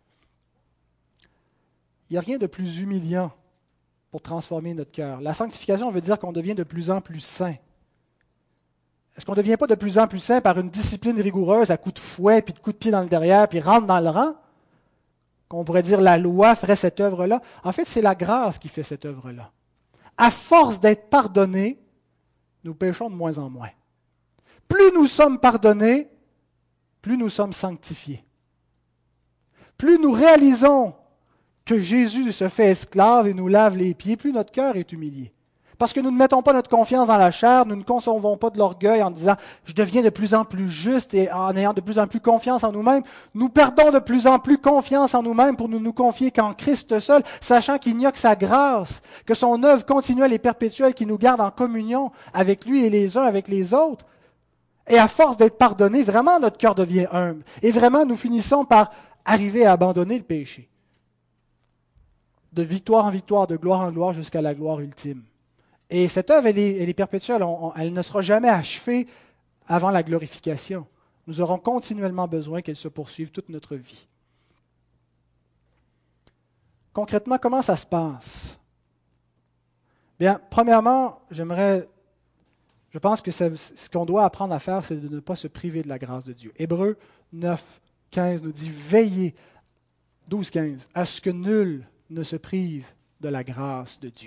Il n'y a rien de plus humiliant pour transformer notre cœur. La sanctification veut dire qu'on devient de plus en plus saint. Est-ce qu'on ne devient pas de plus en plus saint par une discipline rigoureuse à coups de fouet, puis de coups de pied dans le derrière, puis rentre dans le rang? Qu'on pourrait dire la loi ferait cette œuvre-là. En fait, c'est la grâce qui fait cette œuvre-là. À force d'être pardonnés, nous péchons de moins en moins. Plus nous sommes pardonnés, plus nous sommes sanctifiés. Plus nous réalisons que Jésus se fait esclave et nous lave les pieds, plus notre cœur est humilié. Parce que nous ne mettons pas notre confiance dans la chair, nous ne concevons pas de l'orgueil en disant « je deviens de plus en plus juste » et en ayant de plus en plus confiance en nous-mêmes. Nous perdons de plus en plus confiance en nous-mêmes pour nous, nous confier qu'en Christ seul, sachant qu'il n'y a que sa grâce, que son œuvre continuelle et perpétuelle qui nous garde en communion avec lui et les uns avec les autres. Et à force d'être pardonnés, vraiment notre cœur devient humble. Et vraiment nous finissons par arriver à abandonner le péché. De victoire en victoire, de gloire en gloire jusqu'à la gloire ultime. Et cette œuvre, elle est, elle est perpétuelle, on, on, elle ne sera jamais achevée avant la glorification. Nous aurons continuellement besoin qu'elle se poursuive toute notre vie. Concrètement, comment ça se passe? Bien, premièrement, j'aimerais, je pense que ça, ce qu'on doit apprendre à faire, c'est de ne pas se priver de la grâce de Dieu. Hébreux neuf, quinze nous dit « Veillez », douze, quinze, « à ce que nul ne se prive de la grâce de Dieu. »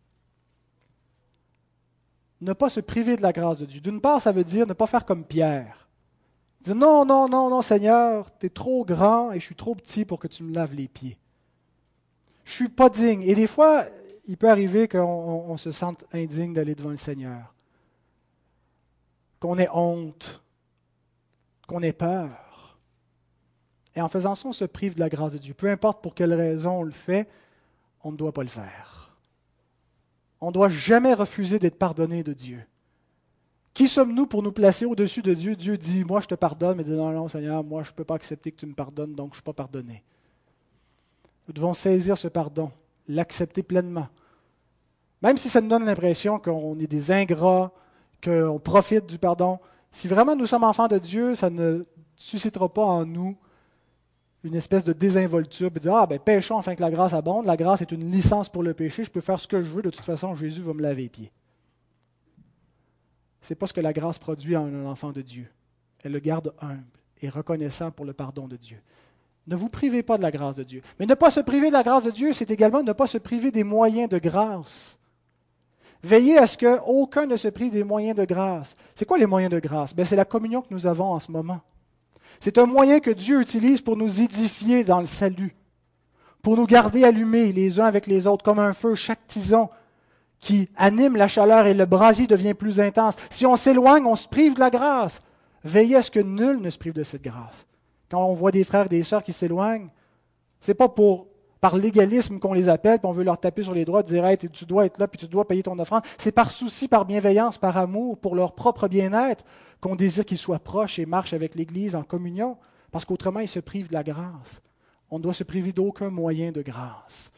Ne pas se priver de la grâce de Dieu. D'une part, ça veut dire ne pas faire comme Pierre. Dire non, non, non, non, Seigneur, tu es trop grand et je suis trop petit pour que tu me laves les pieds. Je ne suis pas digne. Et des fois, il peut arriver qu'on on, on se sente indigne d'aller devant le Seigneur. Qu'on ait honte. Qu'on ait peur. Et en faisant ça, on se prive de la grâce de Dieu. Peu importe pour quelle raison on le fait, on ne doit pas le faire. On ne doit jamais refuser d'être pardonné de Dieu. Qui sommes-nous pour nous placer au-dessus de Dieu? Dieu dit, moi je te pardonne, mais dit, non, non, Seigneur, moi je ne peux pas accepter que tu me pardonnes, donc je ne suis pas pardonné. Nous devons saisir ce pardon, l'accepter pleinement. Même si ça nous donne l'impression qu'on est des ingrats, qu'on profite du pardon. Si vraiment nous sommes enfants de Dieu, ça ne suscitera pas en nous une espèce de désinvolture, puis dire, ah ben péchons afin que la grâce abonde. La grâce est une licence pour le péché, je peux faire ce que je veux, de toute façon Jésus va me laver les pieds. Ce n'est pas ce que la grâce produit en un enfant de Dieu. Elle le garde humble et reconnaissant pour le pardon de Dieu. Ne vous privez pas de la grâce de Dieu. Mais ne pas se priver de la grâce de Dieu, c'est également ne pas se priver des moyens de grâce. Veillez à ce qu'aucun ne se prive des moyens de grâce. C'est quoi les moyens de grâce? Bien, c'est la communion que nous avons en ce moment. C'est un moyen que Dieu utilise pour nous édifier dans le salut, pour nous garder allumés les uns avec les autres, comme un feu, chaque tison qui anime la chaleur et le brasier devient plus intense. Si on s'éloigne, on se prive de la grâce. Veillez à ce que nul ne se prive de cette grâce. Quand on voit des frères et des sœurs qui s'éloignent, ce n'est pas pour, par légalisme qu'on les appelle, puis on veut leur taper sur les doigts, dire hey, tu dois être là, puis tu dois payer ton offrande. C'est par souci, par bienveillance, par amour, pour leur propre bien-être, qu'on désire qu'ils soient proches et marchent avec l'Église en communion, parce qu'autrement, ils se privent de la grâce. On ne doit se priver d'aucun moyen de grâce.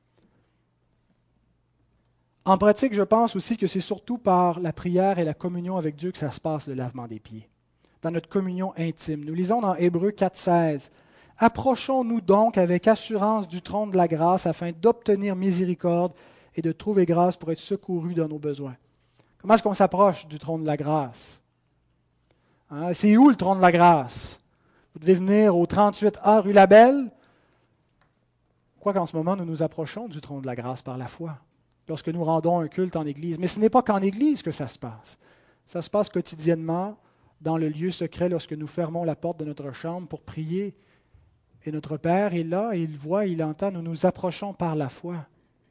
En pratique, je pense aussi que c'est surtout par la prière et la communion avec Dieu que ça se passe, le lavement des pieds, dans notre communion intime. Nous lisons dans Hébreux quatre seize. « Approchons-nous donc avec assurance du trône de la grâce afin d'obtenir miséricorde et de trouver grâce pour être secourus dans nos besoins. » Comment est-ce qu'on s'approche du trône de la grâce? Hein, c'est où le trône de la grâce? Vous devez venir au trente-huit A rue Labelle. Quoi qu'en ce moment, nous nous approchons du trône de la grâce par la foi, lorsque nous rendons un culte en Église. Mais ce n'est pas qu'en Église que ça se passe. Ça se passe quotidiennement dans le lieu secret lorsque nous fermons la porte de notre chambre pour prier. Et notre Père est là, et il voit, il entend, nous nous approchons par la foi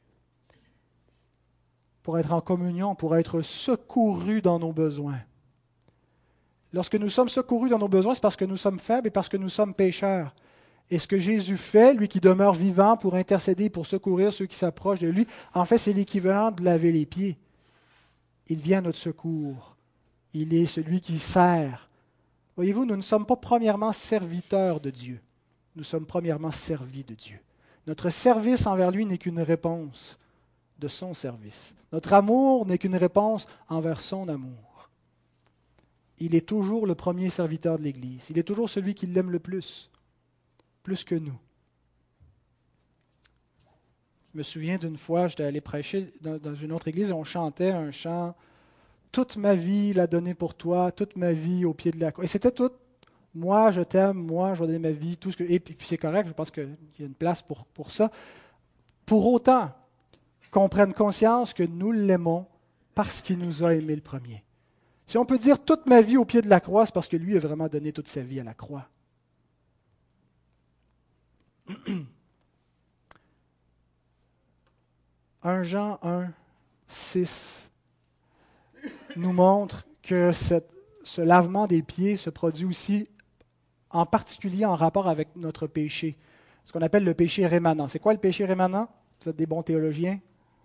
pour être en communion, pour être secourus dans nos besoins. Lorsque nous sommes secourus dans nos besoins, c'est parce que nous sommes faibles et parce que nous sommes pécheurs. Et ce que Jésus fait, lui qui demeure vivant pour intercéder, pour secourir ceux qui s'approchent de lui, en fait, c'est l'équivalent de laver les pieds. Il vient à notre secours. Il est celui qui sert. Voyez-vous, nous ne sommes pas premièrement serviteurs de Dieu. Nous sommes premièrement servis de Dieu. Notre service envers lui n'est qu'une réponse de son service. Notre amour n'est qu'une réponse envers son amour. Il est toujours le premier serviteur de l'Église. Il est toujours celui qui l'aime le plus, plus que nous. Je me souviens d'une fois, j'étais allé prêcher dans, dans une autre église et on chantait un chant « Toute ma vie l'a donné pour toi, toute ma vie au pied de la croix ». Et c'était tout. Moi, je t'aime, moi, je vais donner ma vie, tout ce que. Et puis, puis c'est correct, je pense qu'il y a une place pour, pour ça. Pour autant qu'on prenne conscience que nous l'aimons parce qu'il nous a aimés le premier. Si on peut dire toute ma vie au pied de la croix, c'est parce que lui a vraiment donné toute sa vie à la croix. un Jean un, six nous montre que cette, ce lavement des pieds se produit aussi en particulier en rapport avec notre péché, ce qu'on appelle le péché rémanent. C'est quoi le péché rémanent? Vous êtes des bons théologiens?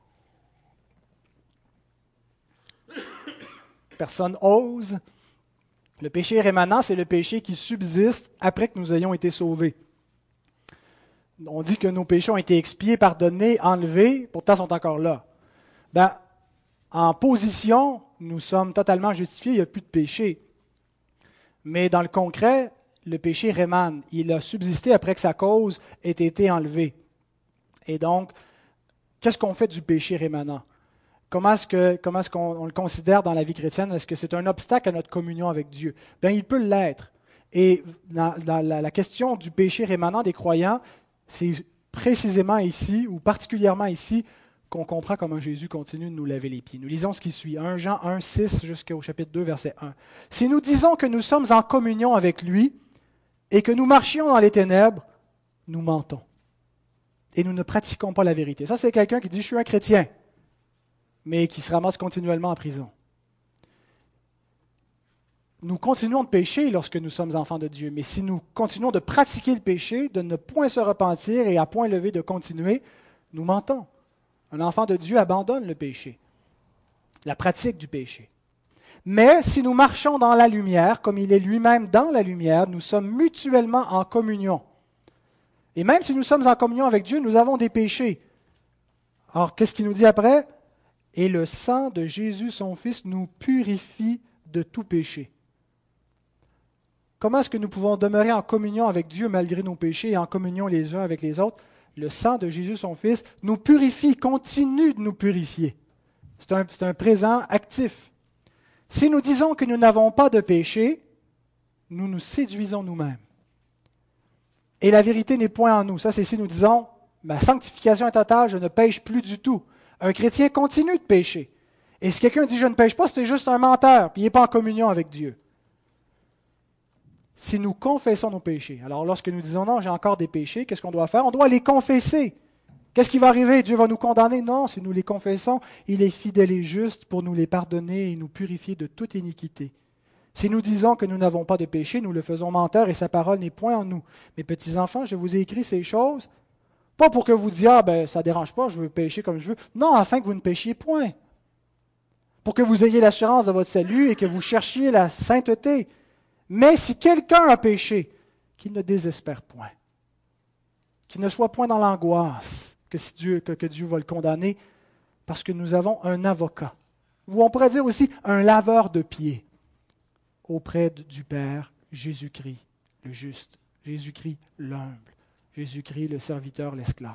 Personne ose. Le péché rémanent, c'est le péché qui subsiste après que nous ayons été sauvés. On dit que nos péchés ont été expiés, pardonnés, enlevés, pourtant ils sont encore là. Ben, en position, nous sommes totalement justifiés, il n'y a plus de péché. Mais dans le concret, le péché rémane. Il a subsisté après que sa cause ait été enlevée. Et donc, qu'est-ce qu'on fait du péché rémanent? Comment est-ce, que, comment est-ce qu'on on le considère dans la vie chrétienne? Est-ce que c'est un obstacle à notre communion avec Dieu? Bien, il peut l'être. Et dans, dans la, la question du péché rémanent des croyants, c'est précisément ici, ou particulièrement ici, qu'on comprend comment Jésus continue de nous laver les pieds. Nous lisons ce qui suit, un Jean un, six jusqu'au chapitre deux, verset un. « Si nous disons que nous sommes en communion avec lui et que nous marchions dans les ténèbres, nous mentons. Et nous ne pratiquons pas la vérité. » Ça, c'est quelqu'un qui dit « Je suis un chrétien », mais qui se ramasse continuellement en prison. Nous continuons de pécher lorsque nous sommes enfants de Dieu, mais si nous continuons de pratiquer le péché, de ne point se repentir et à point levé de continuer, nous mentons. Un enfant de Dieu abandonne le péché, la pratique du péché. Mais si nous marchons dans la lumière, comme il est lui-même dans la lumière, nous sommes mutuellement en communion. Et même si nous sommes en communion avec Dieu, nous avons des péchés. Alors, qu'est-ce qu'il nous dit après? « et le sang de Jésus, son Fils, nous purifie de tout péché. Comment est-ce que nous pouvons demeurer en communion avec Dieu malgré nos péchés et en communion les uns avec les autres? Le sang de Jésus, son Fils, nous purifie, continue de nous purifier. C'est un, c'est un présent actif. Si nous disons que nous n'avons pas de péché, nous nous séduisons nous-mêmes. Et la vérité n'est point en nous. Ça, c'est si nous disons, ma sanctification est totale, je ne pêche plus du tout. Un chrétien continue de pécher. Et si quelqu'un dit, je ne pêche pas, c'est juste un menteur, puis il n'est pas en communion avec Dieu. Si nous confessons nos péchés, alors lorsque nous disons, non, j'ai encore des péchés, qu'est-ce qu'on doit faire? On doit les confesser. Qu'est-ce qui va arriver? Dieu va nous condamner? Non, si nous les confessons, il est fidèle et juste pour nous les pardonner et nous purifier de toute iniquité. Si nous disons que nous n'avons pas de péché, nous le faisons menteur et sa parole n'est point en nous. Mes petits-enfants, je vous ai écrit ces choses, pas pour que vous disiez, ah ben ça ne dérange pas, je veux pécher comme je veux. Non, afin que vous ne péchiez point. Pour que vous ayez l'assurance de votre salut et que vous cherchiez la sainteté. Mais si quelqu'un a péché, qu'il ne désespère point. Qu'il ne soit point dans l'angoisse que, si Dieu, que, que Dieu va le condamner, parce que nous avons un avocat. Ou on pourrait dire aussi un laveur de pieds auprès du Père, Jésus-Christ, le juste, Jésus-Christ, l'humble, Jésus-Christ, le serviteur, l'esclave.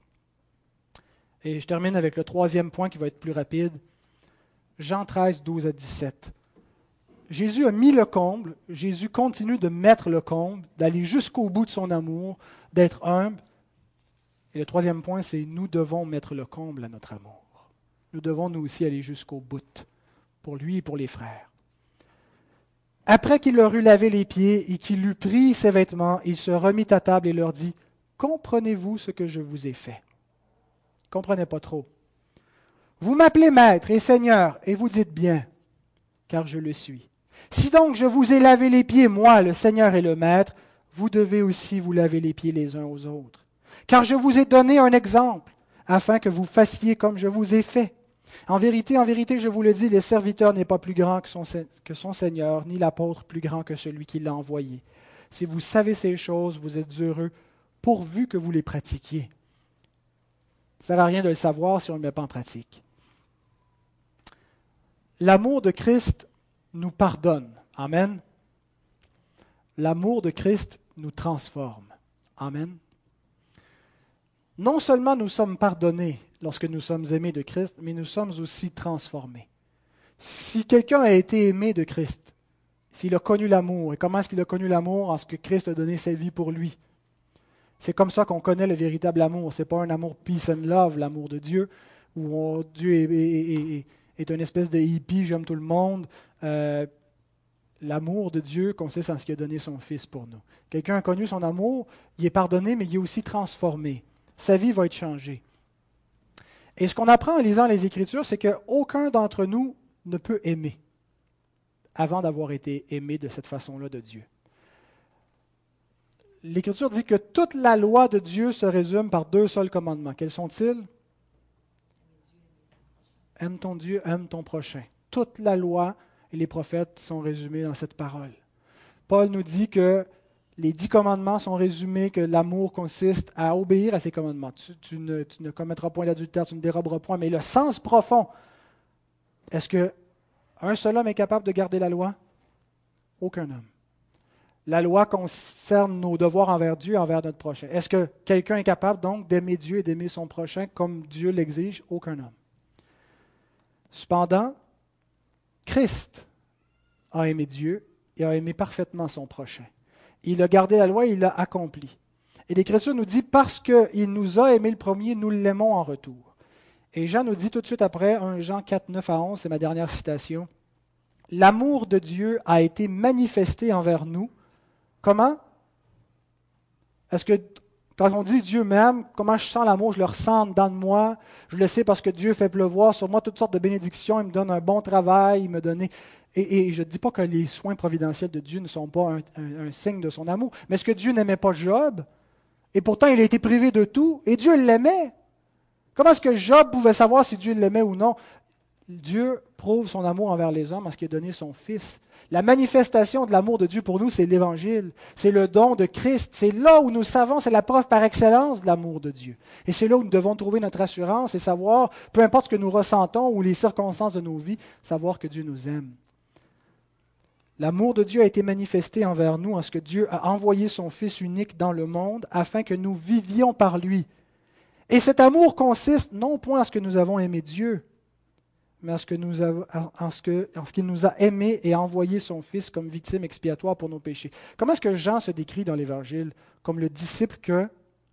Et je termine avec le troisième point qui va être plus rapide. Jean treize, douze à dix-sept. Jésus a mis le comble, Jésus continue de mettre le comble, d'aller jusqu'au bout de son amour, d'être humble. Et le troisième point, c'est nous devons mettre le comble à notre amour. Nous devons nous aussi aller jusqu'au bout, pour lui et pour les frères. Après qu'il leur eut lavé les pieds et qu'il eut pris ses vêtements, il se remit à table et leur dit, « Comprenez-vous ce que je vous ai fait? » Comprenez pas trop. « Vous m'appelez Maître et Seigneur, et vous dites bien, car je le suis. Si donc je vous ai lavé les pieds, moi, le Seigneur et le Maître, vous devez aussi vous laver les pieds les uns aux autres. Car je vous ai donné un exemple, afin que vous fassiez comme je vous ai fait. En vérité, en vérité, je vous le dis, le serviteur n'est pas plus grand que son, que son Seigneur, ni l'apôtre plus grand que celui qui l'a envoyé. Si vous savez ces choses, vous êtes heureux, pourvu que vous les pratiquiez. Ça ne sert à rien de le savoir si on ne le met pas en pratique. L'amour de Christ nous pardonne. Amen. L'amour de Christ nous transforme. Amen. Non seulement nous sommes pardonnés lorsque nous sommes aimés de Christ, mais nous sommes aussi transformés. Si quelqu'un a été aimé de Christ, s'il a connu l'amour, et comment est-ce qu'il a connu l'amour? En ce que Christ a donné sa vie pour lui. C'est comme ça qu'on connaît le véritable amour. Ce n'est pas un amour peace and love, l'amour de Dieu, où on, Dieu est, est, est, est une espèce de hippie, j'aime tout le monde. Euh, l'amour de Dieu consiste en ce qu'il a donné son Fils pour nous. Quelqu'un a connu son amour, il est pardonné, mais il est aussi transformé. Sa vie va être changée. Et ce qu'on apprend en lisant les Écritures, c'est qu'aucun d'entre nous ne peut aimer avant d'avoir été aimé de cette façon-là de Dieu. L'Écriture dit que toute la loi de Dieu se résume par deux seuls commandements. Quels sont-ils? Aime ton Dieu, aime ton prochain. Toute la loi et les prophètes sont résumés dans cette parole. Paul nous dit que les dix commandements sont résumés, que l'amour consiste à obéir à ces commandements. Tu, tu, ne, tu ne commettras point d'adultère, tu ne déroberas point. Mais le sens profond, est-ce qu'un seul homme est capable de garder la loi? Aucun homme. La loi concerne nos devoirs envers Dieu et envers notre prochain. Est-ce que quelqu'un est capable donc d'aimer Dieu et d'aimer son prochain comme Dieu l'exige? Aucun homme. Cependant, Christ a aimé Dieu et a aimé parfaitement son prochain. Il a gardé la loi et il l'a accomplie. Et l'Écriture nous dit, parce qu'il nous a aimé le premier, nous l'aimons en retour. Et Jean nous dit tout de suite après, premier Jean quatre, neuf à onze, c'est ma dernière citation, « L'amour de Dieu a été manifesté envers nous. » Comment? Est-ce que quand on dit Dieu m'aime, comment je sens l'amour? Je le ressens dans moi. Je le sais parce que Dieu fait pleuvoir sur moi toutes sortes de bénédictions. Il me donne un bon travail. Il me donne... Et, et je ne dis pas que les soins providentiels de Dieu ne sont pas un, un, un signe de son amour. Mais est-ce que Dieu n'aimait pas Job? Et pourtant, il a été privé de tout. Et Dieu l'aimait. Comment est-ce que Job pouvait savoir si Dieu l'aimait ou non? Dieu prouve son amour envers les hommes en ce qu'il a donné son Fils. La manifestation de l'amour de Dieu pour nous, c'est l'Évangile. C'est le don de Christ. C'est là où nous savons, c'est la preuve par excellence de l'amour de Dieu. Et c'est là où nous devons trouver notre assurance et savoir, peu importe ce que nous ressentons ou les circonstances de nos vies, savoir que Dieu nous aime. L'amour de Dieu a été manifesté envers nous en ce que Dieu a envoyé son Fils unique dans le monde afin que nous vivions par lui. Et cet amour consiste non point en ce que nous avons aimé Dieu, mais en ce, que nous avons, en, ce que, en ce qu'il nous a aimés et a envoyé son Fils comme victime expiatoire pour nos péchés. Comment est-ce que Jean se décrit dans l'Évangile? Comme le disciple que...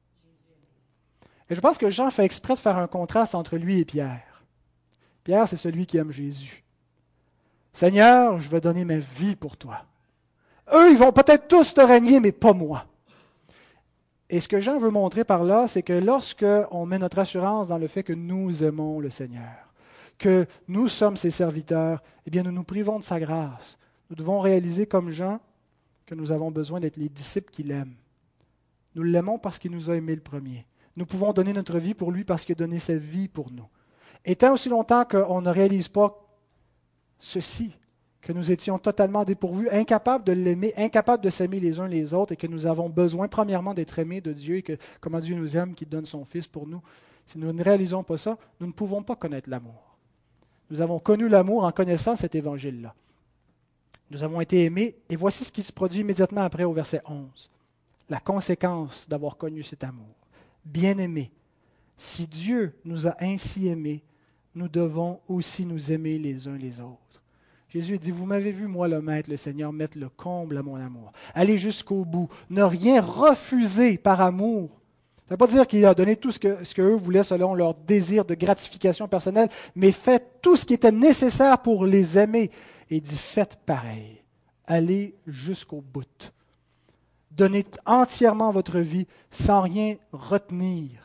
Et je pense que Jean fait exprès de faire un contraste entre lui et Pierre. Pierre, c'est celui qui aime Jésus. Seigneur, je vais donner ma vie pour toi. Eux, ils vont peut-être tous te régner, mais pas moi. Et ce que Jean veut montrer par là, c'est que lorsque on met notre assurance dans le fait que nous aimons le Seigneur, que nous sommes ses serviteurs, eh bien, nous nous privons de sa grâce. Nous devons réaliser comme Jean que nous avons besoin d'être les disciples qu'il aime. Nous l'aimons parce qu'il nous a aimés le premier. Nous pouvons donner notre vie pour lui parce qu'il a donné sa vie pour nous. Et tant aussi longtemps qu'on ne réalise pas ceci, que nous étions totalement dépourvus, incapables de l'aimer, incapables de s'aimer les uns les autres, et que nous avons besoin premièrement d'être aimés de Dieu, et que comment Dieu nous aime, qu'il donne son Fils pour nous, si nous ne réalisons pas ça, nous ne pouvons pas connaître l'amour. Nous avons connu l'amour en connaissant cet évangile-là. Nous avons été aimés, et voici ce qui se produit immédiatement après au verset onze. La conséquence d'avoir connu cet amour. Bien-aimés, si Dieu nous a ainsi aimés, nous devons aussi nous aimer les uns les autres. Jésus dit, vous m'avez vu, moi le Maître, le Seigneur, mettre le comble à mon amour. Aller jusqu'au bout, ne rien refuser par amour. Ça ne veut pas dire qu'il a donné tout ce que, ce qu'eux voulaient selon leur désir de gratification personnelle, mais faites tout ce qui était nécessaire pour les aimer. Et il dit, faites pareil. Allez jusqu'au bout. Donnez entièrement votre vie sans rien retenir.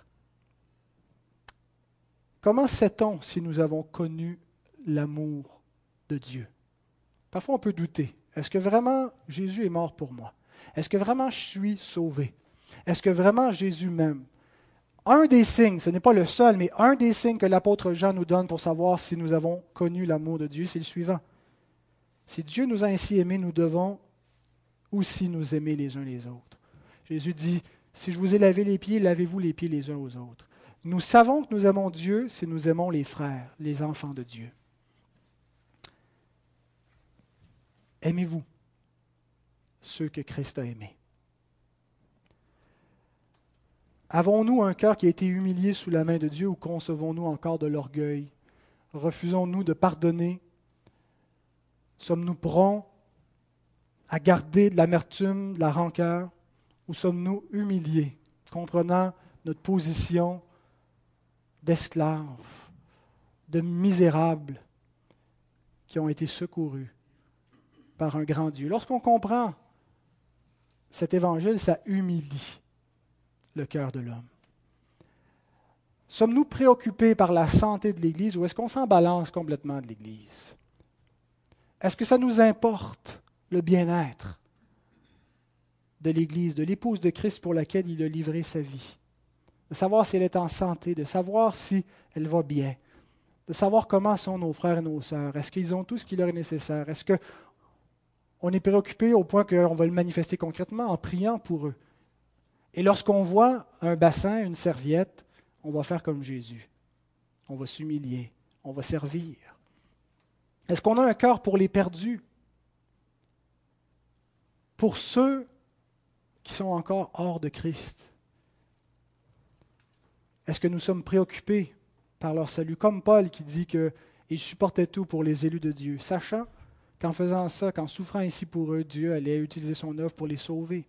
Comment sait-on si nous avons connu l'amour de Dieu? Parfois on peut douter. Est-ce que vraiment Jésus est mort pour moi? Est-ce que vraiment je suis sauvé? Est-ce que vraiment Jésus m'aime? Un des signes, ce n'est pas le seul, mais un des signes que l'apôtre Jean nous donne pour savoir si nous avons connu l'amour de Dieu, c'est le suivant. Si Dieu nous a ainsi aimés, nous devons aussi nous aimer les uns les autres. Jésus dit, si je vous ai lavé les pieds, lavez-vous les pieds les uns aux autres. Nous savons que nous aimons Dieu si nous aimons les frères, les enfants de Dieu. Aimez-vous ceux que Christ a aimés. Avons-nous un cœur qui a été humilié sous la main de Dieu ou concevons-nous encore de l'orgueil? Refusons-nous de pardonner? Sommes-nous prompts à garder de l'amertume, de la rancœur? Ou sommes-nous humiliés, comprenant notre position d'esclaves, de misérables qui ont été secourus par un grand Dieu? Lorsqu'on comprend cet évangile, ça humilie le cœur de l'homme. Sommes-nous préoccupés par la santé de l'Église ou est-ce qu'on s'en balance complètement de l'Église? Est-ce que ça nous importe le bien-être de l'Église, de l'épouse de Christ pour laquelle il a livré sa vie? De savoir si elle est en santé, de savoir si elle va bien, de savoir comment sont nos frères et nos sœurs. Est-ce qu'ils ont tout ce qui leur est nécessaire? Est-ce qu'on est préoccupé au point qu'on va le manifester concrètement en priant pour eux? Et lorsqu'on voit un bassin, une serviette, on va faire comme Jésus. On va s'humilier, on va servir. Est-ce qu'on a un cœur pour les perdus? Pour ceux qui sont encore hors de Christ? Est-ce que nous sommes préoccupés par leur salut? Comme Paul qui dit qu'il supportait tout pour les élus de Dieu, sachant qu'en faisant ça, qu'en souffrant ainsi pour eux, Dieu allait utiliser son œuvre pour les sauver.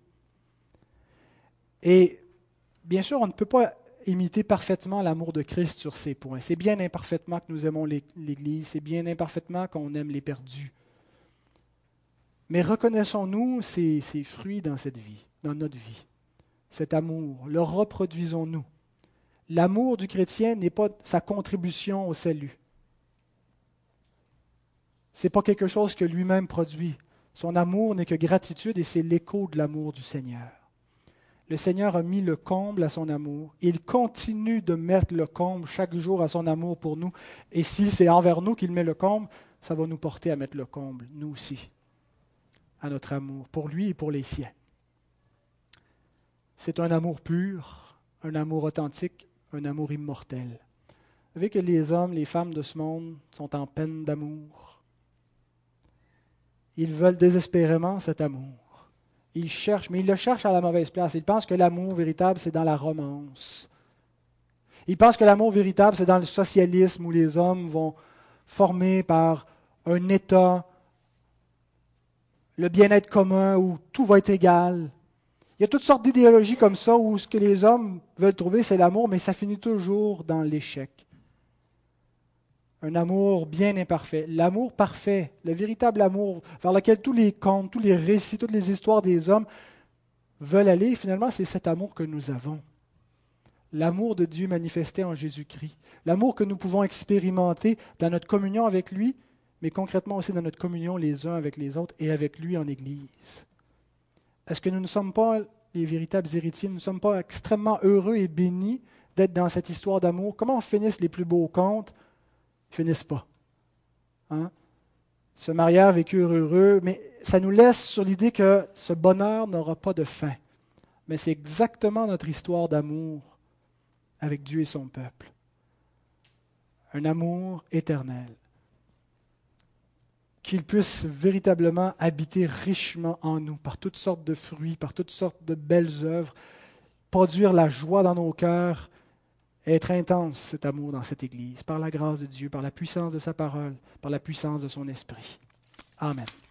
Et bien sûr, on ne peut pas imiter parfaitement l'amour de Christ sur ces points. C'est bien imparfaitement que nous aimons l'Église, c'est bien imparfaitement qu'on aime les perdus. Mais reconnaissons-nous ces, ces fruits dans cette vie, dans notre vie, cet amour, le reproduisons-nous. L'amour du chrétien n'est pas sa contribution au salut. Ce n'est pas quelque chose que lui-même produit. Son amour n'est que gratitude et c'est l'écho de l'amour du Seigneur. Le Seigneur a mis le comble à son amour. Il continue de mettre le comble chaque jour à son amour pour nous. Et si c'est envers nous qu'il met le comble, ça va nous porter à mettre le comble, nous aussi, à notre amour, pour lui et pour les siens. C'est un amour pur, un amour authentique, un amour immortel. Vous savez que les hommes, les femmes de ce monde sont en peine d'amour. Ils veulent désespérément cet amour. Ils cherchent, mais ils le cherchent à la mauvaise place. Ils pensent que l'amour véritable, c'est dans la romance. Ils pensent que l'amour véritable, c'est dans le socialisme où les hommes vont former par un État, le bien-être commun, où tout va être égal. Il y a toutes sortes d'idéologies comme ça où ce que les hommes veulent trouver, c'est l'amour, mais ça finit toujours dans l'échec. Un amour bien imparfait. L'amour parfait, le véritable amour vers lequel tous les contes, tous les récits, toutes les histoires des hommes veulent aller, finalement, c'est cet amour que nous avons. L'amour de Dieu manifesté en Jésus-Christ. L'amour que nous pouvons expérimenter dans notre communion avec lui, mais concrètement aussi dans notre communion les uns avec les autres et avec lui en Église. Est-ce que nous ne sommes pas les véritables héritiers? Nous ne sommes pas extrêmement heureux et bénis d'être dans cette histoire d'amour? Comment finissent les plus beaux contes? Ils ne finissent pas. Hein? Se marièrent, vécurent heureux, mais ça nous laisse sur l'idée que ce bonheur n'aura pas de fin. Mais c'est exactement notre histoire d'amour avec Dieu et son peuple. Un amour éternel. Qu'il puisse véritablement habiter richement en nous, par toutes sortes de fruits, par toutes sortes de belles œuvres, produire la joie dans nos cœurs, et être intense cet amour dans cette Église, par la grâce de Dieu, par la puissance de sa parole, par la puissance de son esprit. Amen.